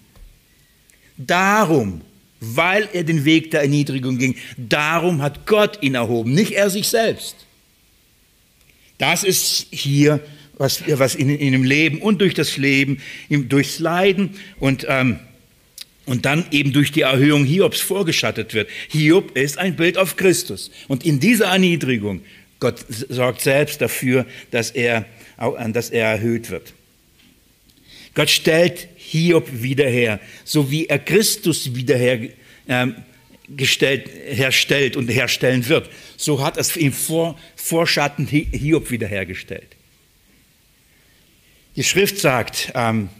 Darum, weil er den Weg der Erniedrigung ging, darum hat Gott ihn erhoben, nicht er sich selbst. Das ist hier, was, was in, in dem Leben und durch das Leben, durchs Leiden und, ähm, und dann eben durch die Erhöhung Hiobs vorgeschattet wird. Hiob ist ein Bild auf Christus. Und in dieser Erniedrigung, Gott sorgt selbst dafür, dass er, dass er erhöht wird. Gott stellt Hiob wieder her, so wie er Christus wieder ähm, gestellt, herstellt und herstellen wird. So hat es im Vor, Vorschatten Hiob wiederhergestellt. Die Schrift sagt, ähm,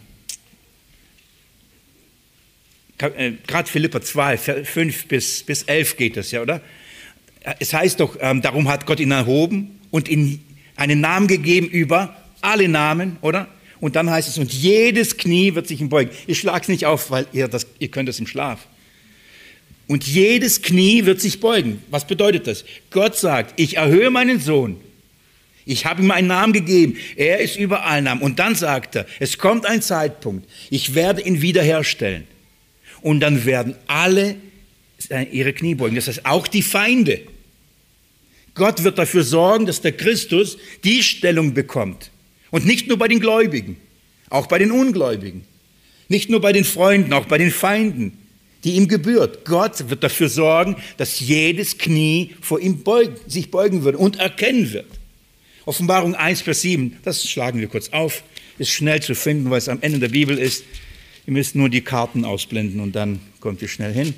äh, gerade Philipper zwei, fünf bis, bis elf geht das, ja, oder? Es heißt doch, ähm, darum hat Gott ihn erhoben und ihm einen Namen gegeben über alle Namen, oder? Und dann heißt es, und jedes Knie wird sich ihm beugen. Ich schlage es nicht auf, weil ihr, das, ihr könnt es im Schlaf. Und jedes Knie wird sich beugen. Was bedeutet das? Gott sagt, ich erhöhe meinen Sohn. Ich habe ihm einen Namen gegeben. Er ist über allen Namen. Und dann sagt er, es kommt ein Zeitpunkt. Ich werde ihn wiederherstellen. Und dann werden alle ihre Knie beugen. Das heißt, auch die Feinde. Gott wird dafür sorgen, dass der Christus die Stellung bekommt. Und nicht nur bei den Gläubigen, auch bei den Ungläubigen. Nicht nur bei den Freunden, auch bei den Feinden, die ihm gebührt. Gott wird dafür sorgen, dass jedes Knie vor ihm beugen, sich beugen wird und erkennen wird. Offenbarung eins, Vers sieben, das schlagen wir kurz auf, ist schnell zu finden, weil es am Ende der Bibel ist. Ihr müsst nur die Karten ausblenden und dann kommt ihr schnell hin.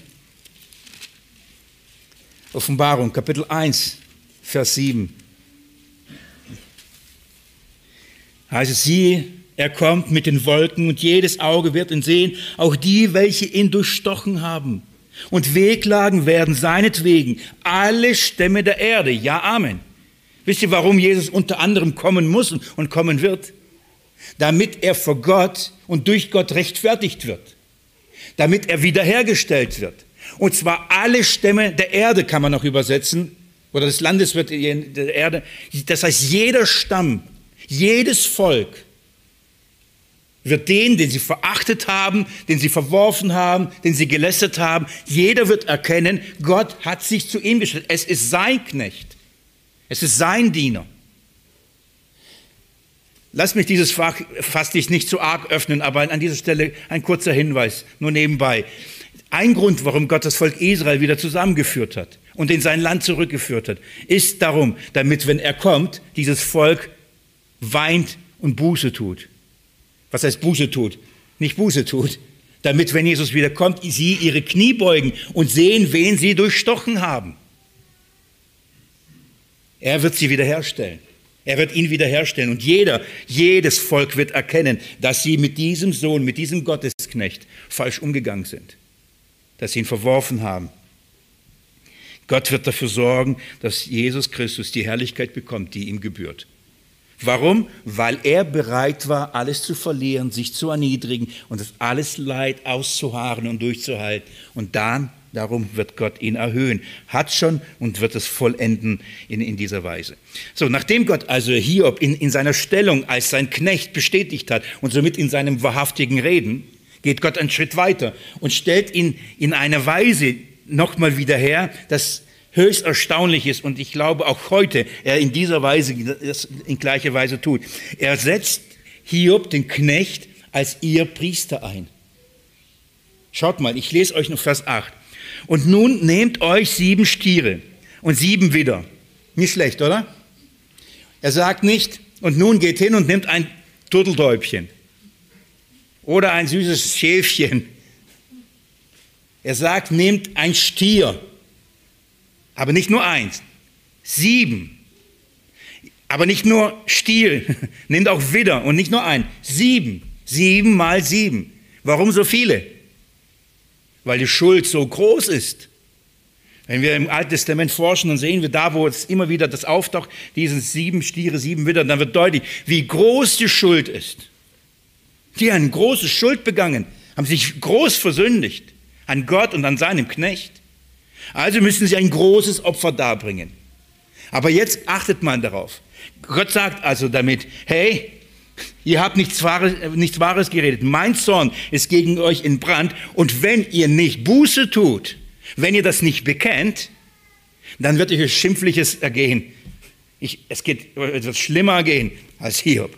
Offenbarung, Kapitel eins, Vers sieben. Heißt es, siehe, er kommt mit den Wolken und jedes Auge wird ihn sehen, auch die, welche ihn durchstochen haben. Und wehklagen werden seinetwegen alle Stämme der Erde. Ja, Amen. Wisst ihr, warum Jesus unter anderem kommen muss und kommen wird? Damit er vor Gott und durch Gott rechtfertigt wird. Damit er wiederhergestellt wird. Und zwar alle Stämme der Erde kann man noch übersetzen. Oder des Landes wird der Erde. Das heißt, jeder Stamm, jedes Volk wird den, den sie verachtet haben, den sie verworfen haben, den sie gelästert haben, jeder wird erkennen, Gott hat sich zu ihm gestellt. Es ist sein Knecht. Es ist sein Diener. Lass mich dieses Fach fast nicht zu arg öffnen, aber an dieser Stelle ein kurzer Hinweis, nur nebenbei. Ein Grund, warum Gott das Volk Israel wieder zusammengeführt hat und in sein Land zurückgeführt hat, ist darum, damit, wenn er kommt, dieses Volk weint und Buße tut. Was heißt Buße tut? Nicht Buße tut. Damit, wenn Jesus wieder kommt, sie ihre Knie beugen und sehen, wen sie durchstochen haben. Er wird sie wiederherstellen. Er wird ihn wiederherstellen. Und jeder, jedes Volk wird erkennen, dass sie mit diesem Sohn, mit diesem Gottesknecht falsch umgegangen sind. Dass sie ihn verworfen haben. Gott wird dafür sorgen, dass Jesus Christus die Herrlichkeit bekommt, die ihm gebührt. Warum? Weil er bereit war, alles zu verlieren, sich zu erniedrigen und das alles Leid auszuharren und durchzuhalten. Und dann, darum wird Gott ihn erhöhen. Hat schon und wird es vollenden in, in dieser Weise. So, nachdem Gott also Hiob in, in seiner Stellung als sein Knecht bestätigt hat und somit in seinem wahrhaftigen Reden, geht Gott einen Schritt weiter und stellt ihn in einer Weise nochmal wieder her, dass höchst erstaunlich ist und ich glaube auch heute er in dieser Weise, das in gleicher Weise tut. Er setzt Hiob, den Knecht, als ihr Priester ein. Schaut mal, ich lese euch noch Vers acht. Und nun nehmt euch sieben Stiere und sieben Widder. Nicht schlecht, oder? Er sagt nicht, und nun geht hin und nimmt ein Turteltäubchen oder ein süßes Schäfchen. Er sagt, nehmt ein Stier. Aber nicht nur eins, sieben. Aber nicht nur Stier, nehmt auch Widder und nicht nur ein, sieben. Sieben mal sieben. Warum so viele? Weil die Schuld so groß ist. Wenn wir im Alten Testament forschen, dann sehen wir da, wo es immer wieder das auftaucht, diese sieben Stiere, sieben Widder, dann wird deutlich, wie groß die Schuld ist. Die haben eine große Schuld begangen, haben sich groß versündigt an Gott und an seinem Knecht. Also müssen sie ein großes Opfer darbringen. Aber jetzt achtet man darauf. Gott sagt also damit, hey, ihr habt nichts Wahres, nichts Wahres geredet. Mein Zorn ist gegen euch in Brand. Und wenn ihr nicht Buße tut, wenn ihr das nicht bekennt, dann wird euch Schimpfliches ergehen. Ich, es geht etwas schlimmer gehen als Hiob.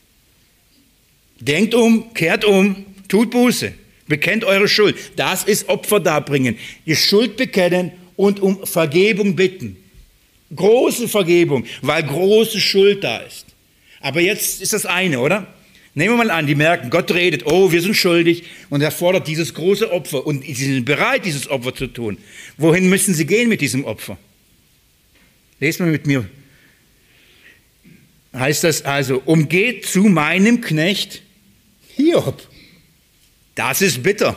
Denkt um, kehrt um, tut Buße. Bekennt eure Schuld. Das ist Opfer darbringen. Die Schuld bekennen und um Vergebung bitten. Große Vergebung, weil große Schuld da ist. Aber jetzt ist das eine, oder? Nehmen wir mal an, die merken, Gott redet, oh, wir sind schuldig und er fordert dieses große Opfer und sie sind bereit, dieses Opfer zu tun. Wohin müssen sie gehen mit diesem Opfer? Lest mal mit mir. Heißt das also, umgeht zu meinem Knecht Hiob. Das ist bitter.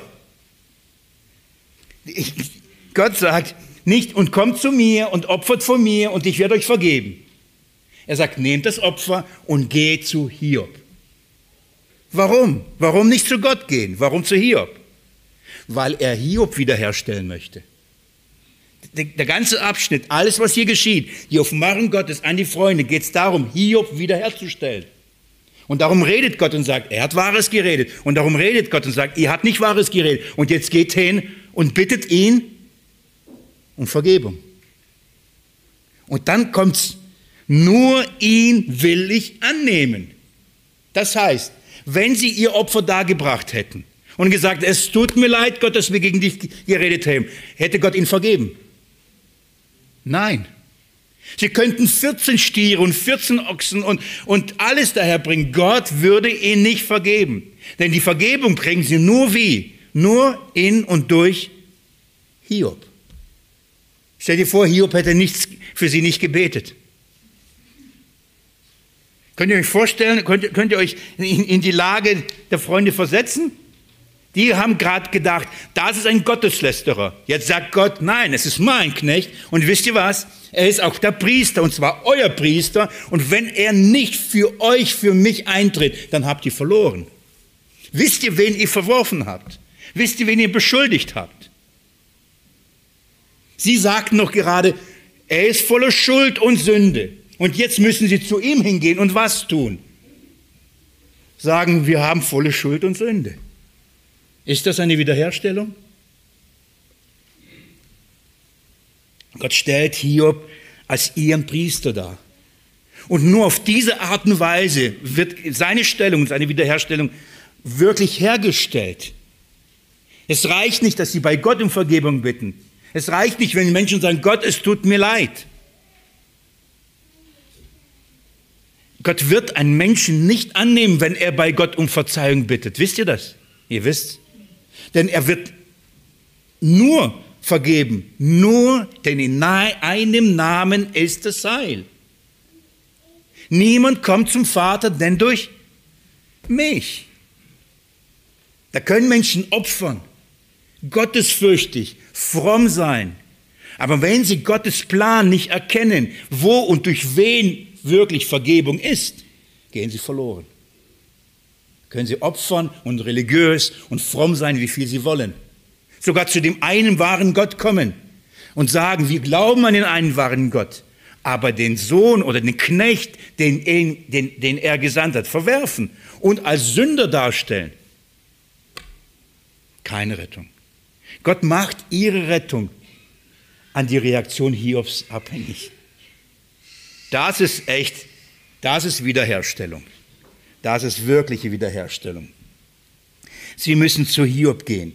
Ich, Gott sagt nicht, und kommt zu mir und opfert vor mir und ich werde euch vergeben. Er sagt, nehmt das Opfer und geht zu Hiob. Warum? Warum nicht zu Gott gehen? Warum zu Hiob? Weil er Hiob wiederherstellen möchte. Der, der ganze Abschnitt, alles was hier geschieht, die Offenbarung Gottes an die Freunde, geht es darum, Hiob wiederherzustellen. Und darum redet Gott und sagt, er hat Wahres geredet. Und darum redet Gott und sagt, ihr habt nicht Wahres geredet. Und jetzt geht hin und bittet ihn um Vergebung. Und dann kommt's, nur ihn will ich annehmen. Das heißt, wenn sie ihr Opfer dargebracht hätten und gesagt, es tut mir leid, Gott, dass wir gegen dich geredet haben, hätte Gott ihnen vergeben? Nein. Sie könnten vierzehn Stiere und vierzehn Ochsen und, und alles daherbringen. Gott würde ihnen nicht vergeben. Denn die Vergebung bringen sie nur wie? Nur in und durch Hiob. Stell dir vor, Hiob hätte nichts für sie nicht gebetet. Könnt ihr euch vorstellen, könnt, könnt ihr euch in, in die Lage der Freunde versetzen? Die haben gerade gedacht, das ist ein Gotteslästerer. Jetzt sagt Gott, nein, es ist mein Knecht. Und wisst ihr was? Er ist auch der Priester, und zwar euer Priester. Und wenn er nicht für euch, für mich eintritt, dann habt ihr verloren. Wisst ihr, wen ihr verworfen habt? Wisst ihr, wen ihr beschuldigt habt? Sie sagten noch gerade, er ist voller Schuld und Sünde. Und jetzt müssen sie zu ihm hingehen und was tun? Sagen, wir haben volle Schuld und Sünde. Ist das eine Wiederherstellung? Gott stellt Hiob als ihren Priester dar. Und nur auf diese Art und Weise wird seine Stellung, seine Wiederherstellung wirklich hergestellt. Es reicht nicht, dass sie bei Gott um Vergebung bitten. Es reicht nicht, wenn Menschen sagen, Gott, es tut mir leid. Gott wird einen Menschen nicht annehmen, wenn er bei Gott um Verzeihung bittet. Wisst ihr das? Ihr wisst. Denn er wird nur vergeben, nur, denn in einem Namen ist das Heil. Niemand kommt zum Vater, denn durch mich. Da können Menschen opfern, gottesfürchtig, fromm sein. Aber wenn sie Gottes Plan nicht erkennen, wo und durch wen wirklich Vergebung ist, gehen sie verloren. Können sie opfern und religiös und fromm sein, wie viel sie wollen. Sogar zu dem einen wahren Gott kommen und sagen, wir glauben an den einen wahren Gott, aber den Sohn oder den Knecht, den, den, den er gesandt hat, verwerfen und als Sünder darstellen. Keine Rettung. Gott macht ihre Rettung an die Reaktion Hiobs abhängig. Das ist echt, das ist Wiederherstellung. Das ist wirkliche Wiederherstellung. Sie müssen zu Hiob gehen.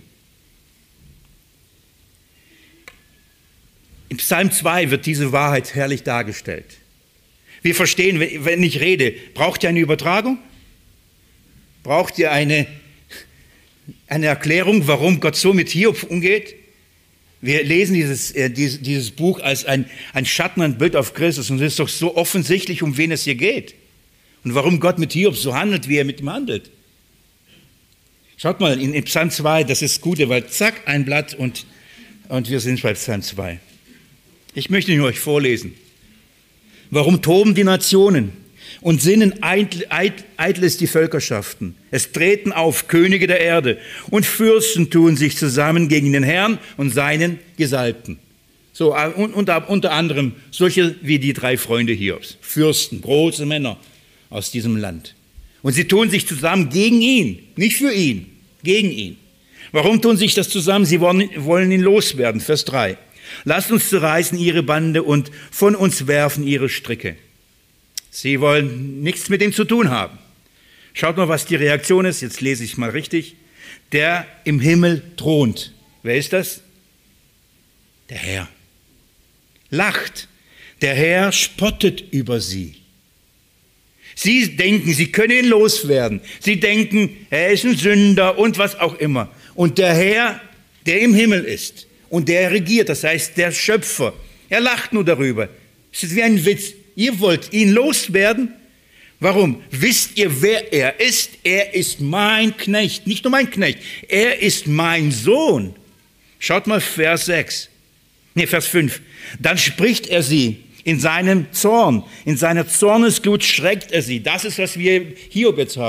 Im Psalm zwei wird diese Wahrheit herrlich dargestellt. Wir verstehen, wenn ich rede, braucht ihr eine Übertragung? Braucht ihr eine, eine Erklärung, warum Gott so mit Hiob umgeht? Wir lesen dieses, äh, dieses, dieses Buch als ein, ein Schatten, ein Bild auf Christus, und es ist doch so offensichtlich, um wen es hier geht. Und warum Gott mit Hiob so handelt, wie er mit ihm handelt. Schaut mal, in, in Psalm zwei, das ist das Gute, weil zack, ein Blatt und, und wir sind bei Psalm zwei. Ich möchte ihn euch vorlesen. Warum toben die Nationen und sinnen eitel, eitel, eitles die Völkerschaften? Es treten auf Könige der Erde und Fürsten tun sich zusammen gegen den Herrn und seinen Gesalbten. So, und, unter, unter anderem solche wie die drei Freunde Hiobs. Fürsten, große Männer aus diesem Land. Und sie tun sich zusammen gegen ihn, nicht für ihn, gegen ihn. Warum tun sich das zusammen? Sie wollen, wollen ihn loswerden. Vers drei. Lasst uns zerreißen ihre Bande und von uns werfen ihre Stricke. Sie wollen nichts mit ihm zu tun haben. Schaut mal, was die Reaktion ist. Jetzt lese ich mal richtig. Der im Himmel thront. Wer ist das? Der Herr. Lacht. Der Herr spottet über sie. Sie denken, sie können ihn loswerden. Sie denken, er ist ein Sünder und was auch immer. Und der Herr, der im Himmel ist und der regiert, das heißt der Schöpfer, er lacht nur darüber. Es ist wie ein Witz. Ihr wollt ihn loswerden? Warum? Wisst ihr, wer er ist? Er ist mein Knecht. Nicht nur mein Knecht, er ist mein Sohn. Schaut mal Vers sechs. Nee, Vers fünf. Dann spricht er sie. In seinem Zorn, in seiner Zornesglut schreckt er sie. Das ist, was wir Hiob jetzt haben.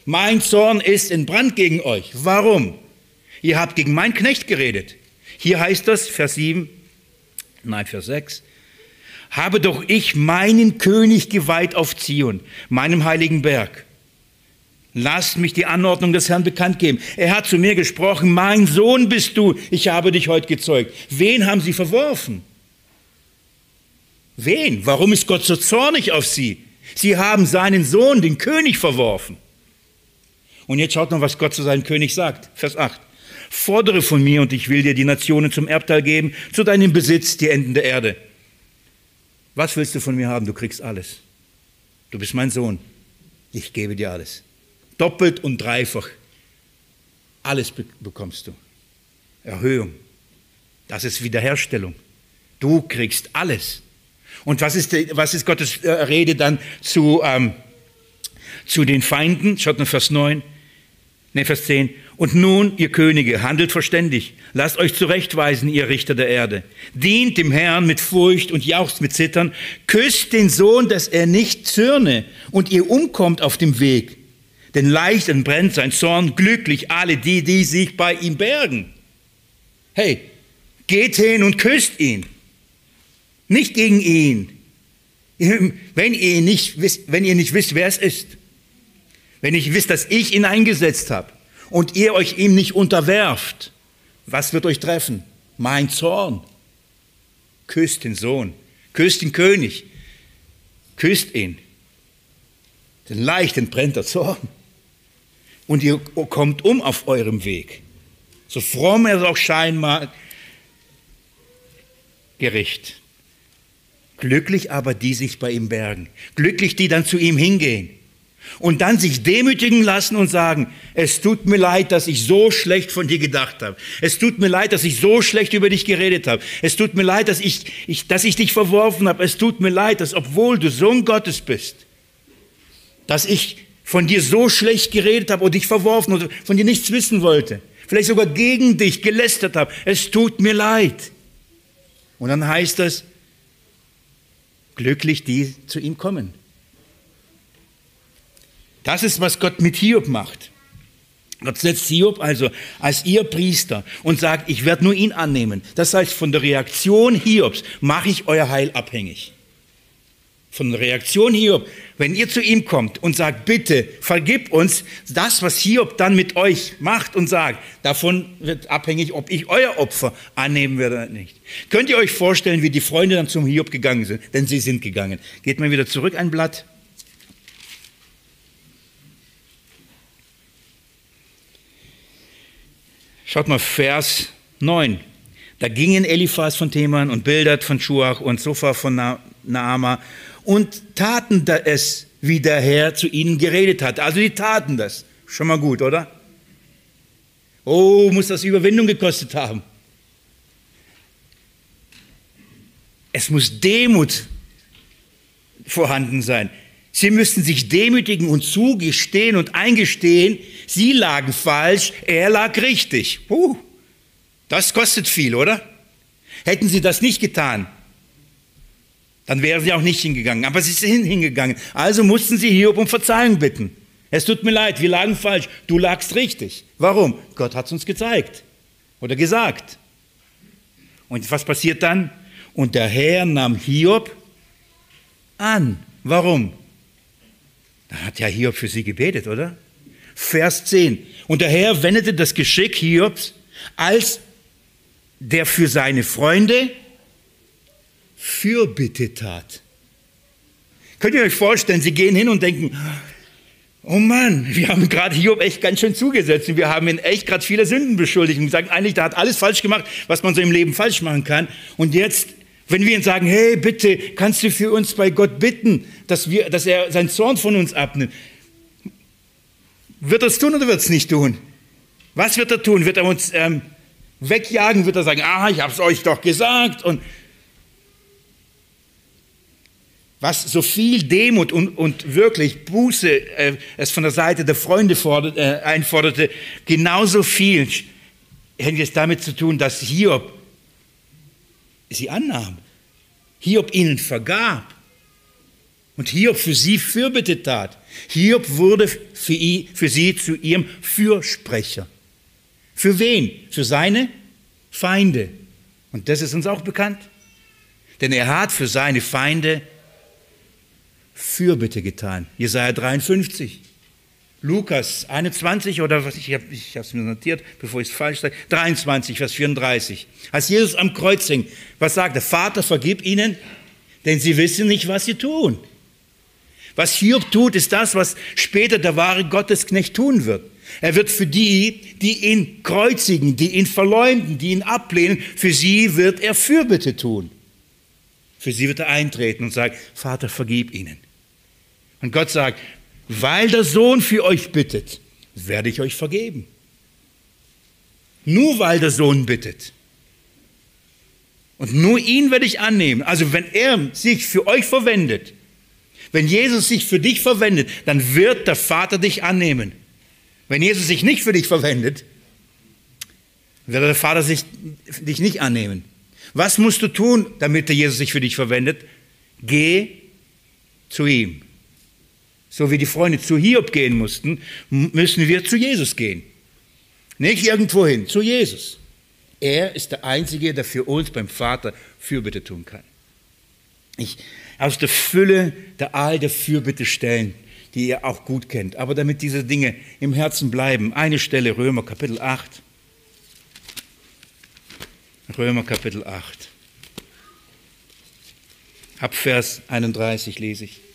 Mein Zorn ist in Brand gegen euch. Warum? Ihr habt gegen meinen Knecht geredet. Hier heißt das, Vers sieben, nein, Vers sechs. Habe doch ich meinen König geweiht auf Zion, meinem heiligen Berg. Lasst mich die Anordnung des Herrn bekannt geben. Er hat zu mir gesprochen, mein Sohn bist du, ich habe dich heute gezeugt. Wen haben sie verworfen? Wen? Warum ist Gott so zornig auf sie? Sie haben seinen Sohn, den König, verworfen. Und jetzt schaut noch, was Gott zu seinem König sagt. Vers acht. Fordere von mir und ich will dir die Nationen zum Erbteil geben, zu deinem Besitz, die Enden der Erde. Was willst du von mir haben? Du kriegst alles. Du bist mein Sohn. Ich gebe dir alles. Doppelt und dreifach. Alles be- bekommst du. Erhöhung. Das ist Wiederherstellung. Du kriegst alles. Und was ist, die, was ist Gottes äh, Rede dann zu, ähm, zu den Feinden? Schaut mal Vers neun. Ne, Vers zehn. Und nun, ihr Könige, handelt verständig. Lasst euch zurechtweisen, ihr Richter der Erde. Dient dem Herrn mit Furcht und jauchzt mit Zittern. Küsst den Sohn, dass er nicht zürne und ihr umkommt auf dem Weg. Denn leicht entbrennt sein Zorn, glücklich alle die, die sich bei ihm bergen. Hey, geht hin und küsst ihn. Nicht gegen ihn. Wenn ihr nicht wisst, wenn ihr nicht wisst, wer es ist. Wenn ihr wisst, dass ich ihn eingesetzt habe und ihr euch ihm nicht unterwerft, was wird euch treffen? Mein Zorn. Küsst den Sohn, küsst den König, küsst ihn. Denn leicht entbrennt der Zorn. Und ihr kommt um auf eurem Weg. So fromm er auch scheinen mag, Gericht. Glücklich aber die sich bei ihm bergen. Glücklich die dann zu ihm hingehen. Und dann sich demütigen lassen und sagen, es tut mir leid, dass ich so schlecht von dir gedacht habe. Es tut mir leid, dass ich so schlecht über dich geredet habe. Es tut mir leid, dass ich, ich, dass ich dich verworfen habe. Es tut mir leid, dass obwohl du Sohn Gottes bist, dass ich von dir so schlecht geredet habe und dich verworfen und von dir nichts wissen wollte. Vielleicht sogar gegen dich gelästert habe. Es tut mir leid. Und dann heißt es, glücklich die zu ihm kommen. Das ist, was Gott mit Hiob macht. Gott setzt Hiob also als ihr Priester und sagt, ich werde nur ihn annehmen. Das heißt, von der Reaktion Hiobs mache ich euer Heil abhängig. Von der Reaktion Hiob, wenn ihr zu ihm kommt und sagt, bitte vergib uns, das, was Hiob dann mit euch macht und sagt, davon wird abhängig, ob ich euer Opfer annehmen werde oder nicht. Könnt ihr euch vorstellen, wie die Freunde dann zum Hiob gegangen sind? Denn sie sind gegangen. Geht mal wieder zurück ein Blatt. Schaut mal, Vers neun. Da gingen Eliphas von Teman und Bildad von Schuach und Sophar von Na- Naama und taten da es, wie der Herr zu ihnen geredet hat. Also die taten das. Schon mal gut, oder? Oh, muss das Überwindung gekostet haben. Es muss Demut vorhanden sein. Sie müssten sich demütigen und zugestehen und eingestehen, sie lagen falsch, er lag richtig. Puh, das kostet viel, oder? Hätten sie das nicht getan, dann wären sie auch nicht hingegangen. Aber sie sind hingegangen. Also mussten sie Hiob um Verzeihung bitten. Es tut mir leid, wir lagen falsch, du lagst richtig. Warum? Gott hat es uns gezeigt oder gesagt. Und was passiert dann? Und der Herr nahm Hiob an. Warum? Da hat ja Hiob für sie gebetet, oder? Vers zehn. Und der Herr wendete das Geschick Hiobs, als der für seine Freunde Fürbitte tat. Könnt ihr euch vorstellen, sie gehen hin und denken, oh Mann, wir haben gerade Hiob echt ganz schön zugesetzt und wir haben ihn echt gerade viele Sünden beschuldigt und sagen eigentlich, der hat alles falsch gemacht, was man so im Leben falsch machen kann. Und jetzt, wenn wir ihn sagen, hey, bitte, kannst du für uns bei Gott bitten, dass, wir, dass er seinen Zorn von uns abnimmt. Wird er es tun oder wird es nicht tun? Was wird er tun? Wird er uns ähm, wegjagen? Wird er sagen, ah, ich habe es euch doch gesagt? Und was so viel Demut und, und wirklich Buße äh, es von der Seite der Freunde fordert, äh, einforderte, genauso viel hätte es damit zu tun, dass Hiob sie annahm. Hiob ihnen vergab. und Hiob für sie Fürbitte tat. Hiob wurde für, ihn, für sie zu ihrem Fürsprecher. Für wen? Für seine Feinde. Und das ist uns auch bekannt. Denn er hat für seine Feinde Fürbitte getan. Jesaja dreiundfünfzig. Lukas einundzwanzig oder was, ich habe ich es mir notiert, bevor ich es falsch sage, dreiundzwanzig, Vers vierunddreißig. Als Jesus am Kreuz hing, was sagt er? Vater, vergib ihnen, denn sie wissen nicht, was sie tun. Was Hiob tut, ist das, was später der wahre Gottesknecht tun wird. Er wird für die, die ihn kreuzigen, die ihn verleumden, die ihn ablehnen, für sie wird er Fürbitte tun. Für sie wird er eintreten und sagen, Vater, vergib ihnen. Und Gott sagt, weil der Sohn für euch bittet, werde ich euch vergeben. Nur weil der Sohn bittet. Und nur ihn werde ich annehmen. Also wenn er sich für euch verwendet, wenn Jesus sich für dich verwendet, dann wird der Vater dich annehmen. Wenn Jesus sich nicht für dich verwendet, wird der Vater sich, dich nicht annehmen. Was musst du tun, damit der Jesus sich für dich verwendet? Geh zu ihm. So wie die Freunde zu Hiob gehen mussten, müssen wir zu Jesus gehen. Nicht irgendwo hin, zu Jesus. Er ist der Einzige, der für uns beim Vater Fürbitte tun kann. Ich, aus der Fülle der all der Fürbittestellen, die ihr auch gut kennt, aber damit diese Dinge im Herzen bleiben, eine Stelle, Römer Kapitel acht. Römer Kapitel acht. Ab Vers einunddreißig lese ich.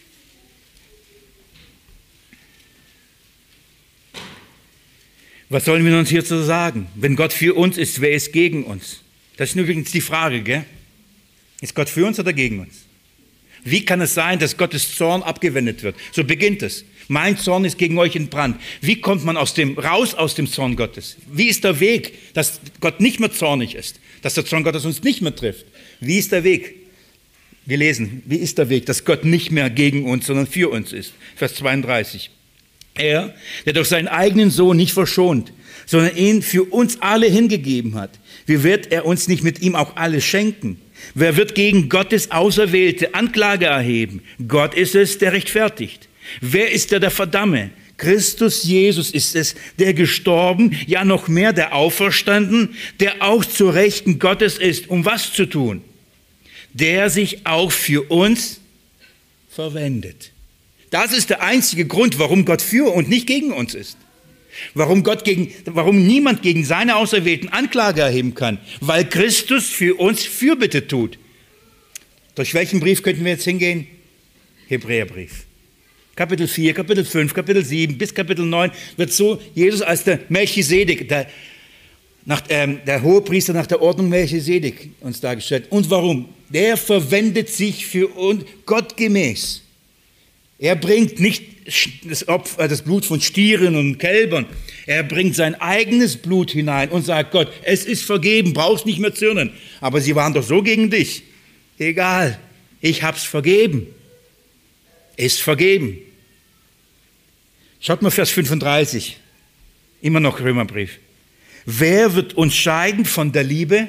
Was sollen wir uns hierzu sagen? Wenn Gott für uns ist, wer ist gegen uns? Das ist übrigens die Frage, gell? Ist Gott für uns oder gegen uns? Wie kann es sein, dass Gottes Zorn abgewendet wird? So beginnt es. Mein Zorn ist gegen euch entbrannt. Wie kommt man aus dem, raus aus dem Zorn Gottes? Wie ist der Weg, dass Gott nicht mehr zornig ist? Dass der Zorn Gottes uns nicht mehr trifft? Wie ist der Weg? Wir lesen, wie ist der Weg, dass Gott nicht mehr gegen uns, sondern für uns ist? Vers zweiunddreißig. Er, der durch seinen eigenen Sohn nicht verschont, sondern ihn für uns alle hingegeben hat, wie wird er uns nicht mit ihm auch alles schenken? Wer wird gegen Gottes Auserwählte Anklage erheben? Gott ist es, der rechtfertigt. Wer ist der, der verdamme? Christus Jesus ist es, der gestorben, ja noch mehr, der auferstanden, der auch zur Rechten Gottes ist, um was zu tun? Der sich auch für uns verwendet. Das ist der einzige Grund, warum Gott für und nicht gegen uns ist. Warum, Gott gegen, warum niemand gegen seine Auserwählten Anklage erheben kann. Weil Christus für uns Fürbitte tut. Durch welchen Brief könnten wir jetzt hingehen? Hebräerbrief. Kapitel vier, Kapitel fünf, Kapitel sieben bis Kapitel neun wird so Jesus als der Melchisedek, der, nach, ähm, der Hohepriester nach der Ordnung Melchisedek uns dargestellt. Und warum? Der verwendet sich für uns gottgemäß. Er bringt nicht das, Opfer, das Blut von Stieren und Kälbern. Er bringt sein eigenes Blut hinein und sagt Gott, es ist vergeben, brauchst nicht mehr zürnen. Aber sie waren doch so gegen dich. Egal, ich hab's vergeben. Ist vergeben. Schaut mal Vers fünfunddreißig. Immer noch Römerbrief. Wer wird uns scheiden von der Liebe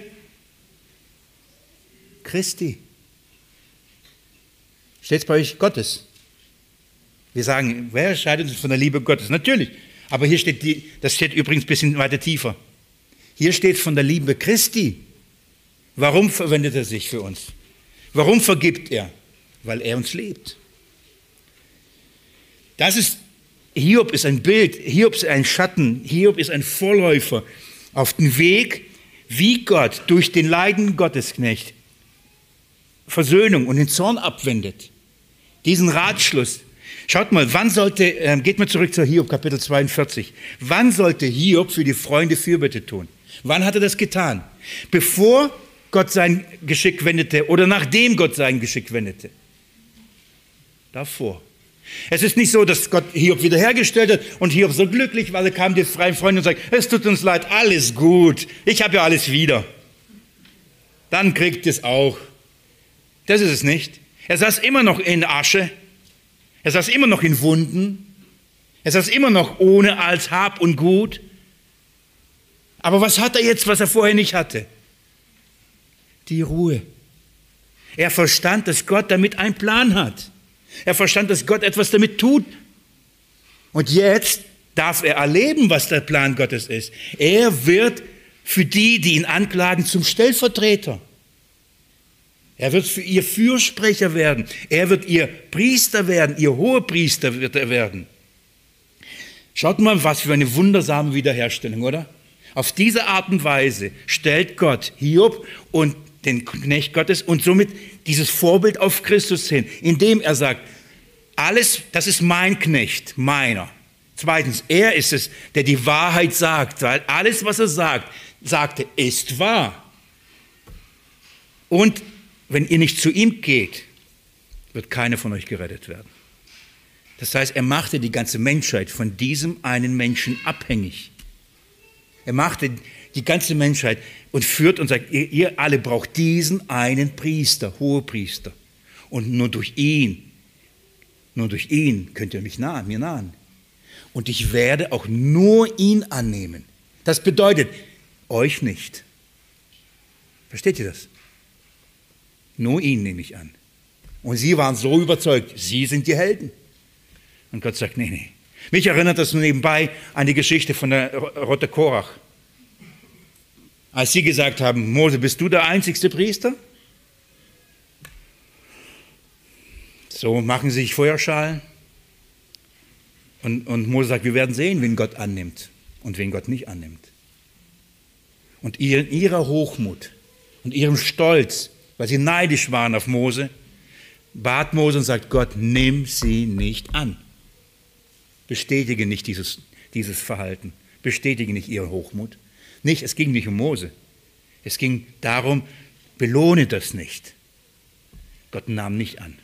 Christi? Steht's bei euch? Gottes. Wir sagen, wer scheidet uns von der Liebe Gottes? Natürlich. Aber hier steht, die, das steht übrigens ein bisschen weiter tiefer. Hier steht von der Liebe Christi. Warum verwendet er sich für uns? Warum vergibt er? Weil er uns liebt. Das ist, Hiob ist ein Bild, Hiob ist ein Schatten, Hiob ist ein Vorläufer auf den Weg, wie Gott durch den leidenden Gottesknecht Versöhnung und den Zorn abwendet. Diesen Ratschluss. Schaut mal, wann sollte, äh, geht mal zurück zu Hiob, Kapitel zweiundvierzig. Wann sollte Hiob für die Freunde Fürbitte tun? Wann hat er das getan? Bevor Gott sein Geschick wendete oder nachdem Gott sein Geschick wendete? Davor. Es ist nicht so, dass Gott Hiob wiederhergestellt hat und Hiob so glücklich war, da kamen die freien Freunde und sagten, es tut uns leid, alles gut, ich habe ja alles wieder. Dann kriegt es auch. Das ist es nicht. Er saß immer noch in Asche. Er saß immer noch in Wunden. Er saß immer noch ohne als Hab und Gut. Aber was hat er jetzt, was er vorher nicht hatte? Die Ruhe. Er verstand, dass Gott damit einen Plan hat. Er verstand, dass Gott etwas damit tut. Und jetzt darf er erleben, was der Plan Gottes ist. Er wird für die, die ihn anklagen, zum Stellvertreter. Er wird für ihr Fürsprecher werden. Er wird ihr Priester werden, ihr Hohepriester wird er werden. Schaut mal, was für eine wundersame Wiederherstellung, oder? Auf diese Art und Weise stellt Gott Hiob und den Knecht Gottes und somit dieses Vorbild auf Christus hin, indem er sagt, alles, das ist mein Knecht, meiner. Zweitens, er ist es, der die Wahrheit sagt, weil alles, was er sagt, sagte, ist wahr. Und wenn ihr nicht zu ihm geht, wird keiner von euch gerettet werden. Das heißt, er machte die ganze Menschheit von diesem einen Menschen abhängig. Er machte die ganze Menschheit und führt und sagt, ihr, ihr alle braucht diesen einen Priester, Hohepriester. Und nur durch ihn, nur durch ihn könnt ihr mich nahen, mir nahen. Und ich werde auch nur ihn annehmen. Das bedeutet, euch nicht. Versteht ihr das? Nur ihn nehme ich an. Und sie waren so überzeugt, sie sind die Helden. Und Gott sagt, nee, nee. Mich erinnert das nur nebenbei an die Geschichte von der Rote Korach. Als sie gesagt haben, Mose, bist du der einzigste Priester? So machen sie sich Feuerschalen. Und, und Mose sagt, wir werden sehen, wen Gott annimmt und wen Gott nicht annimmt. Und in ihrer Hochmut und ihrem Stolz, weil sie neidisch waren auf Mose, bat Mose und sagt, Gott, nimm sie nicht an. Bestätige nicht dieses, dieses Verhalten. Bestätige nicht ihren Hochmut. Nicht, es ging nicht um Mose. Es ging darum, belohne das nicht. Gott nahm nicht an.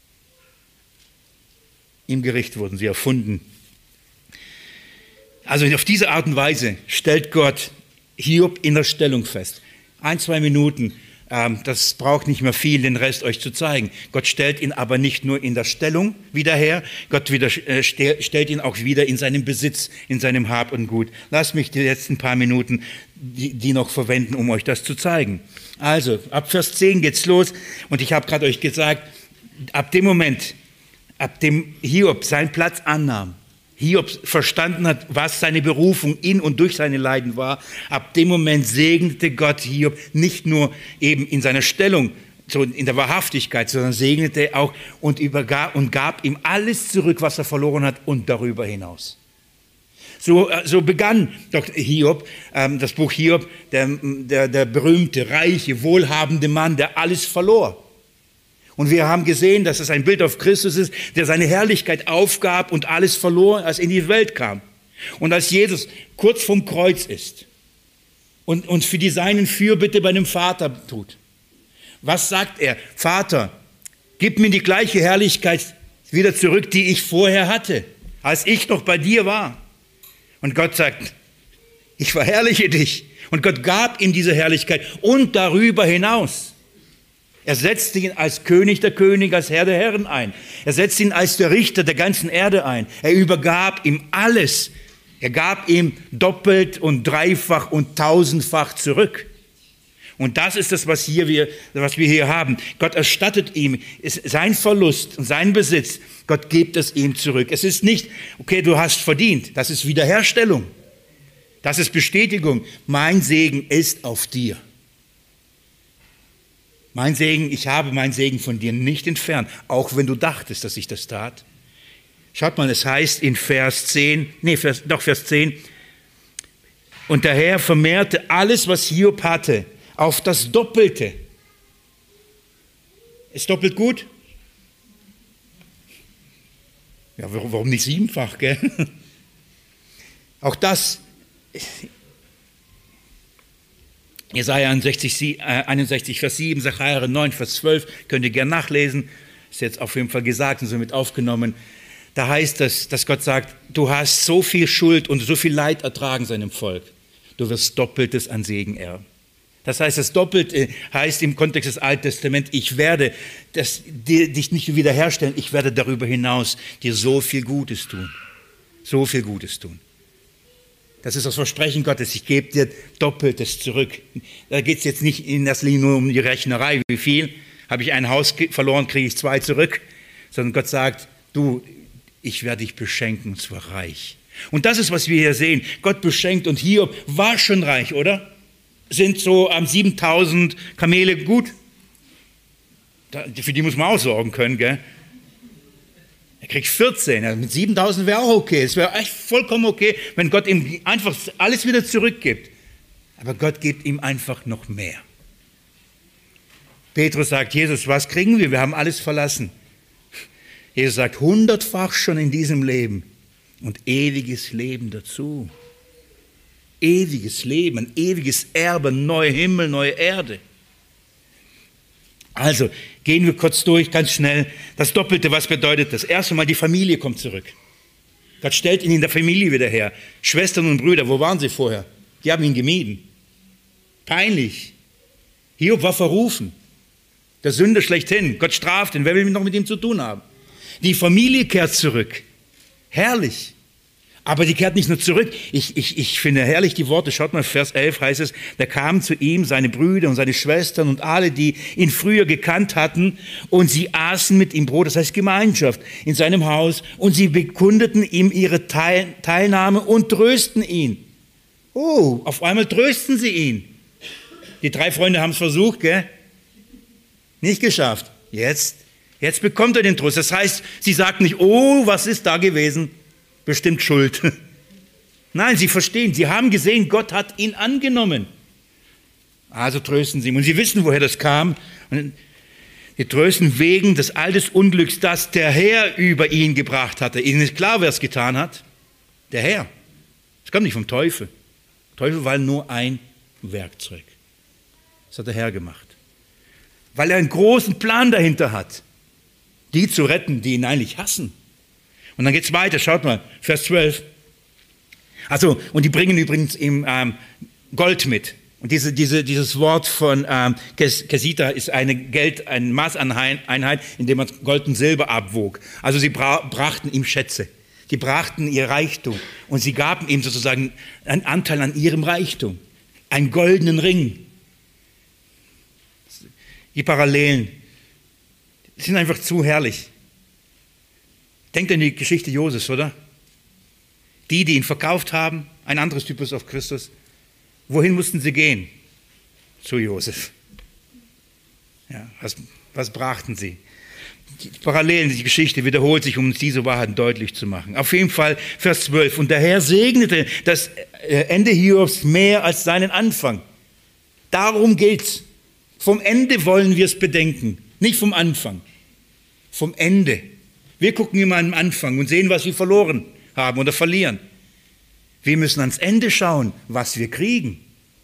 Im Gericht wurden sie erfunden. Also auf diese Art und Weise stellt Gott Hiob in der Stellung fest. Ein, zwei Minuten, ähm, das braucht nicht mehr viel, den Rest euch zu zeigen. Gott stellt ihn aber nicht nur in der Stellung wieder her, Gott wieder, äh, stellt ihn auch wieder in seinem Besitz, in seinem Hab und Gut. Lasst mich die letzten paar Minuten die, die noch verwenden, um euch das zu zeigen. Also, ab Vers zehn geht's los und ich habe gerade euch gesagt, ab dem Moment, ab dem Hiob seinen Platz annahm, Hiob verstanden hat, was seine Berufung in und durch seine Leiden war, ab dem Moment segnete Gott Hiob nicht nur eben in seiner Stellung, so in der Wahrhaftigkeit, sondern segnete auch und, übergab, und gab ihm alles zurück, was er verloren hat und darüber hinaus. So, so begann doch Hiob, ähm, das Buch Hiob, der, der, der berühmte, reiche, wohlhabende Mann, der alles verlor. Und wir haben gesehen, dass es ein Bild auf Christus ist, der seine Herrlichkeit aufgab und alles verlor, als er in die Welt kam. Und als Jesus kurz vorm Kreuz ist und uns für die Seinen Fürbitte bei dem Vater tut. Was sagt er? Vater, gib mir die gleiche Herrlichkeit wieder zurück, die ich vorher hatte, als ich noch bei dir war. Und Gott sagt, ich verherrliche dich. Und Gott gab ihm diese Herrlichkeit und darüber hinaus. Er setzte ihn als König der Könige, als Herr der Herren ein. Er setzte ihn als der Richter der ganzen Erde ein. Er übergab ihm alles. Er gab ihm doppelt und dreifach und tausendfach zurück. Und das ist das, was, hier wir, was wir hier haben. Gott erstattet ihm sein Verlust und seinen Besitz. Gott gibt es ihm zurück. Es ist nicht, okay, du hast verdient. Das ist Wiederherstellung. Das ist Bestätigung. Mein Segen ist auf dir. Mein Segen, ich habe meinen Segen von dir nicht entfernt, auch wenn du dachtest, dass ich das tat. Schaut mal, es heißt in Vers zehn, nee, Vers, doch Vers zehn, und der Herr vermehrte alles, was Hiob hatte, auf das Doppelte. Ist doppelt gut? Ja, warum nicht siebenfach, gell? Auch das, Jesaja einundsechzig, Vers sieben, Sacharja neun, Vers zwölf, könnt ihr gerne nachlesen, ist jetzt auf jeden Fall gesagt und somit aufgenommen. Da heißt es, dass Gott sagt, du hast so viel Schuld und so viel Leid ertragen seinem Volk. Du wirst Doppeltes an Segen erben. Das heißt, das Doppelte heißt im Kontext des Alten Testaments, ich werde das, die, dich nicht wiederherstellen, ich werde darüber hinaus dir so viel Gutes tun. So viel Gutes tun. Das ist das Versprechen Gottes, ich gebe dir Doppeltes zurück. Da geht es jetzt nicht in erster Linie nur um die Rechnerei, wie viel. Habe ich ein Haus verloren, kriege ich zwei zurück. sondern Gott sagt, du, ich werde dich beschenken, und zwar reich. Und das ist, was wir hier sehen. Gott beschenkt und Hiob war schon reich, oder? Sind so am ähm, siebentausend Kamele gut? Da, für die muss man auch sorgen können, gell? Er kriegt vierzehn, also mit siebentausend wäre auch okay. Es wäre echt vollkommen okay, wenn Gott ihm einfach alles wieder zurückgibt. Aber Gott gibt ihm einfach noch mehr. Petrus sagt, Jesus, was kriegen wir? Wir haben alles verlassen. Jesus sagt, hundertfach schon in diesem Leben und ewiges Leben dazu. Ewiges Leben, ein ewiges Erbe, neuer Himmel, neue Erde. Also, gehen wir kurz durch, ganz schnell. Das Doppelte, was bedeutet das? Erst einmal, die Familie kommt zurück. Gott stellt ihn in der Familie wieder her. Schwestern und Brüder, wo waren sie vorher? Die haben ihn gemieden. Peinlich. Hiob war verrufen. Der Sünder schlechthin. Gott straft ihn. Wer will noch mit ihm zu tun haben? Die Familie kehrt zurück. Herrlich. Aber die kehrt nicht nur zurück. Ich, ich, ich finde herrlich die Worte. Schaut mal, Vers elf heißt es, da kamen zu ihm seine Brüder und seine Schwestern und alle, die ihn früher gekannt hatten, und sie aßen mit ihm Brot, das heißt Gemeinschaft, in seinem Haus, und sie bekundeten ihm ihre Teil, Teilnahme und trösten ihn. Oh, auf einmal trösten sie ihn. Die drei Freunde haben es versucht, gell? Nicht geschafft. Jetzt, jetzt bekommt er den Trost. Das heißt, sie sagten nicht, oh, was ist da gewesen? Bestimmt Schuld. Nein, sie verstehen, sie haben gesehen, Gott hat ihn angenommen. Also trösten sie ihn. Und sie wissen, woher das kam. Und sie trösten wegen des alten Unglücks, das der Herr über ihn gebracht hatte. Ihnen ist klar, wer es getan hat. Der Herr. Es kommt nicht vom Teufel. Der Teufel war nur ein Werkzeug. Das hat der Herr gemacht. Weil er einen großen Plan dahinter hat, die zu retten, die ihn eigentlich hassen. Und dann geht es weiter, schaut mal, Vers zwölf. Also, und die bringen übrigens ihm ähm, Gold mit. Und diese, diese, dieses Wort von ähm, Kesita ist eine Geld, eine Maßeinheit, in der man Gold und Silber abwog. Also sie bra- brachten ihm Schätze. Die brachten ihr Reichtum. Und sie gaben ihm sozusagen einen Anteil an ihrem Reichtum. Einen goldenen Ring. Die Parallelen sind einfach zu herrlich. Denkt an die Geschichte Josefs, oder? Die, die ihn verkauft haben, ein anderes Typus auf Christus. Wohin mussten sie gehen? Zu Josef. Ja, was, was brachten sie? Die Parallelen, die Geschichte wiederholt sich, um uns diese Wahrheit deutlich zu machen. Auf jeden Fall Vers zwölf. Und der Herr segnete das Ende Hiobs mehr als seinen Anfang. Darum geht's. Vom Ende wollen wir es bedenken, nicht vom Anfang. Vom Ende. Wir gucken immer am Anfang und sehen, was wir verloren haben oder verlieren. Wir müssen ans Ende schauen, was wir kriegen.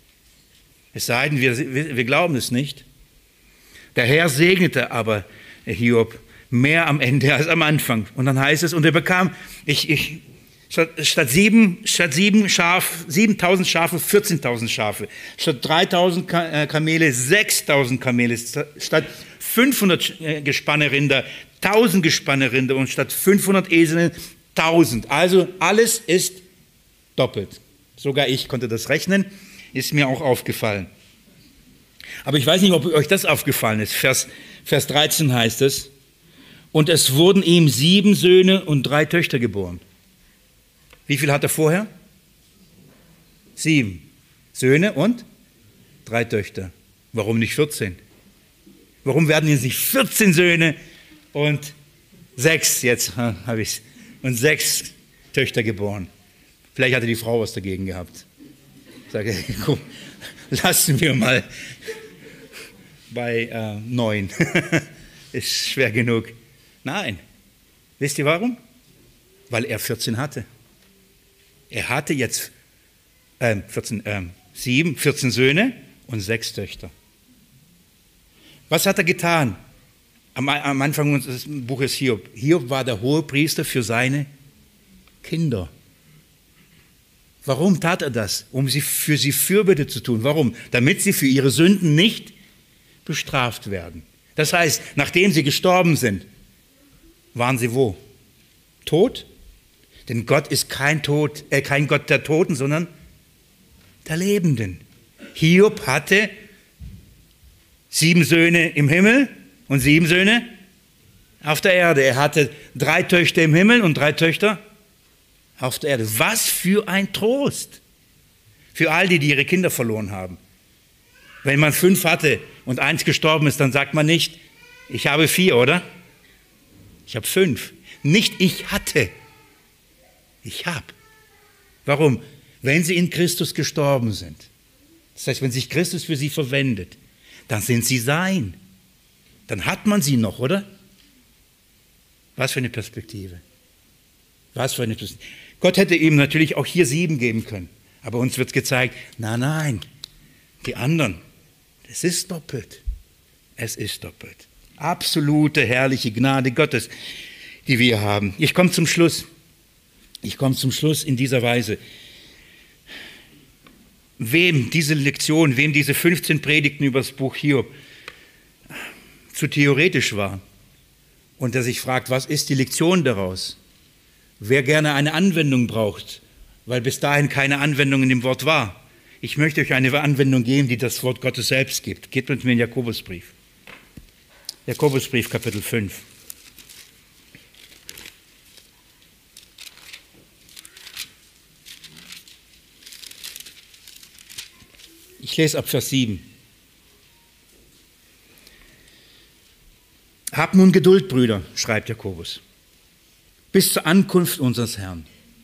Es sei denn, wir, wir, wir glauben es nicht. Der Herr segnete aber Hiob mehr am Ende als am Anfang. Und dann heißt es, und er bekam, ich, ich, statt, statt, sieben, statt sieben Schaf, siebentausend Schafe, vierzehntausend Schafe. Statt dreitausend Kamele, sechstausend Kamele. Statt fünfhundert Gespanne Rinder, tausend Gespanne Rinder. Und statt fünfhundert Eseln, tausend. Also alles ist doppelt. Sogar ich konnte das rechnen, ist mir auch aufgefallen. Aber ich weiß nicht, ob euch das aufgefallen ist. Vers, Vers dreizehn heißt es, und es wurden ihm sieben Söhne und drei Töchter geboren. Wie viel hat er vorher? Sieben Söhne und drei Töchter. Warum nicht vierzehn? Warum werden jetzt nicht vierzehn Söhne und sechs, jetzt habe ich es, und sechs Töchter geboren? Vielleicht hatte die Frau was dagegen gehabt. Ich sage, komm, lassen wir mal bei äh, neun. Ist schwer genug. Nein. Wisst ihr warum? Weil er vierzehn hatte. Er hatte jetzt äh, vierzehn, äh, sieben, vierzehn Söhne und sechs Töchter. Was hat er getan? Am, am Anfang unseres Buches Hiob. Hiob war der Hohepriester für seine Kinder. Warum tat er das? Um sie, für sie Fürbitte zu tun. Warum? Damit sie für ihre Sünden nicht bestraft werden. Das heißt, nachdem sie gestorben sind, waren sie wo? Tot? Denn Gott ist kein, Tod, äh, kein Gott der Toten, sondern der Lebenden. Hiob hatte sieben Söhne im Himmel und sieben Söhne auf der Erde. Er hatte drei Töchter im Himmel und drei Töchter auf der Erde. Was für ein Trost für all die, die ihre Kinder verloren haben. Wenn man fünf hatte und eins gestorben ist, dann sagt man nicht, ich habe vier, oder? Ich habe fünf. Nicht ich hatte, ich habe. Warum? Wenn sie in Christus gestorben sind. Das heißt, wenn sich Christus für sie verwendet, dann sind sie sein. Dann hat man sie noch, oder? Was für eine Perspektive. Was für eine Perspektive. Gott hätte ihm natürlich auch hier sieben geben können. Aber uns wird gezeigt, nein, nein, die anderen, es ist doppelt. Es ist doppelt. Absolute herrliche Gnade Gottes, die wir haben. Ich komme zum Schluss. Ich komme zum Schluss in dieser Weise. Wem diese Lektion, wem diese fünfzehn Predigten über das Buch Hiob zu theoretisch waren und der sich fragt, was ist die Lektion daraus? Wer gerne eine Anwendung braucht, weil bis dahin keine Anwendung in dem Wort war. Ich möchte euch eine Anwendung geben, die das Wort Gottes selbst gibt. Geht mit mir in den Jakobusbrief. Jakobusbrief, Kapitel fünf. Ich lese ab Vers sieben. Habt nun Geduld, Brüder, schreibt Jakobus, bis zur Ankunft unseres Herrn.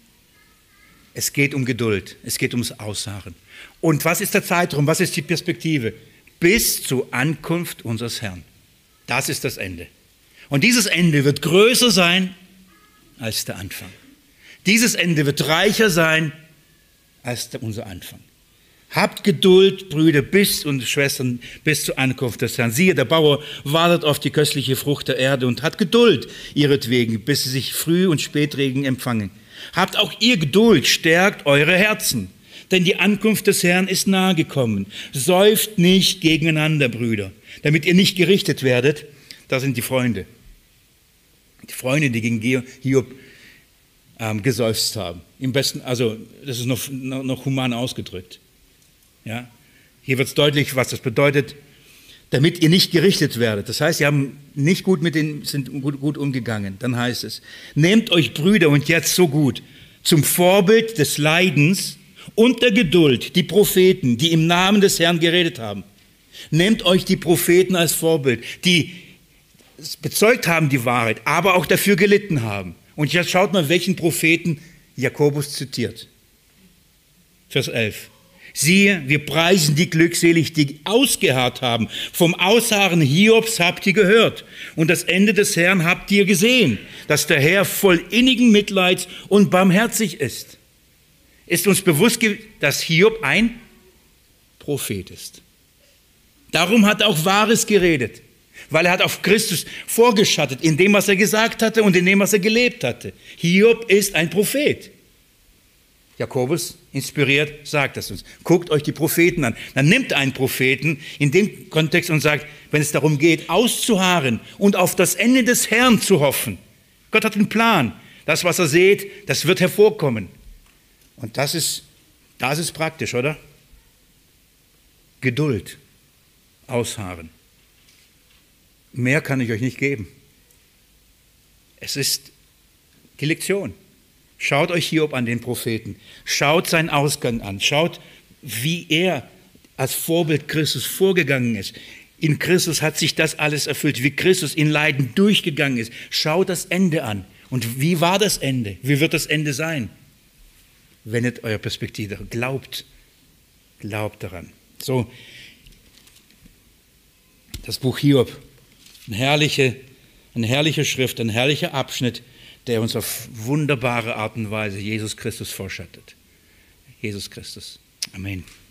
Es geht um Geduld, es geht ums Ausharren. Und was ist der Zeitraum, was ist die Perspektive? Bis zur Ankunft unseres Herrn. Das ist das Ende. Und dieses Ende wird größer sein als der Anfang. Dieses Ende wird reicher sein als der, unser Anfang. Habt Geduld, Brüder, bis und Schwestern, bis zur Ankunft des Herrn. Siehe, der Bauer wartet auf die köstliche Frucht der Erde und hat Geduld ihretwegen, bis sie sich Früh- und Spätregen empfangen. Habt auch ihr Geduld, stärkt eure Herzen, denn die Ankunft des Herrn ist nahe gekommen. Säuft nicht gegeneinander, Brüder, damit ihr nicht gerichtet werdet. Das sind die Freunde. Die Freunde, die gegen Hiob ähm, geseufzt haben. Im besten, also das ist noch, noch, noch human ausgedrückt. Ja, hier wird es deutlich, was das bedeutet, damit ihr nicht gerichtet werdet. Das heißt, sie haben nicht gut mit den, sind gut, gut umgegangen. Dann heißt es, nehmt euch Brüder und jetzt so gut zum Vorbild des Leidens und der Geduld, die Propheten, die im Namen des Herrn geredet haben. Nehmt euch die Propheten als Vorbild, die bezeugt haben die Wahrheit, aber auch dafür gelitten haben. Und jetzt schaut mal, welchen Propheten Jakobus zitiert. Vers elf. Siehe, wir preisen die glückselig, die ausgeharrt haben. Vom Ausharren Hiobs habt ihr gehört. Und das Ende des Herrn habt ihr gesehen, dass der Herr voll innigen Mitleids und barmherzig ist. Ist uns bewusst, dass Hiob ein Prophet ist. Darum hat er auch Wahres geredet, weil er hat auf Christus vorgeschattet, in dem, was er gesagt hatte und in dem, was er gelebt hatte. Hiob ist ein Prophet. Jakobus, inspiriert, sagt das uns. Guckt euch die Propheten an. Dann nimmt einen Propheten in dem Kontext und sagt, wenn es darum geht, auszuharren und auf das Ende des Herrn zu hoffen. Gott hat einen Plan. Das, was er seht, das wird hervorkommen. Und das ist, das ist praktisch, oder? Geduld, ausharren. Mehr kann ich euch nicht geben. Es ist die Lektion. Schaut euch Hiob an, den Propheten. Schaut seinen Ausgang an. Schaut, wie er als Vorbild Christus vorgegangen ist. In Christus hat sich das alles erfüllt, wie Christus in Leiden durchgegangen ist. Schaut das Ende an. Und wie war das Ende? Wie wird das Ende sein? Wendet eure Perspektive. Glaubt. Glaubt daran. So, das Buch Hiob. Eine herrliche, eine herrliche Schrift, ein herrlicher Abschnitt, der uns auf wunderbare Art und Weise Jesus Christus vorschattet. Jesus Christus. Amen.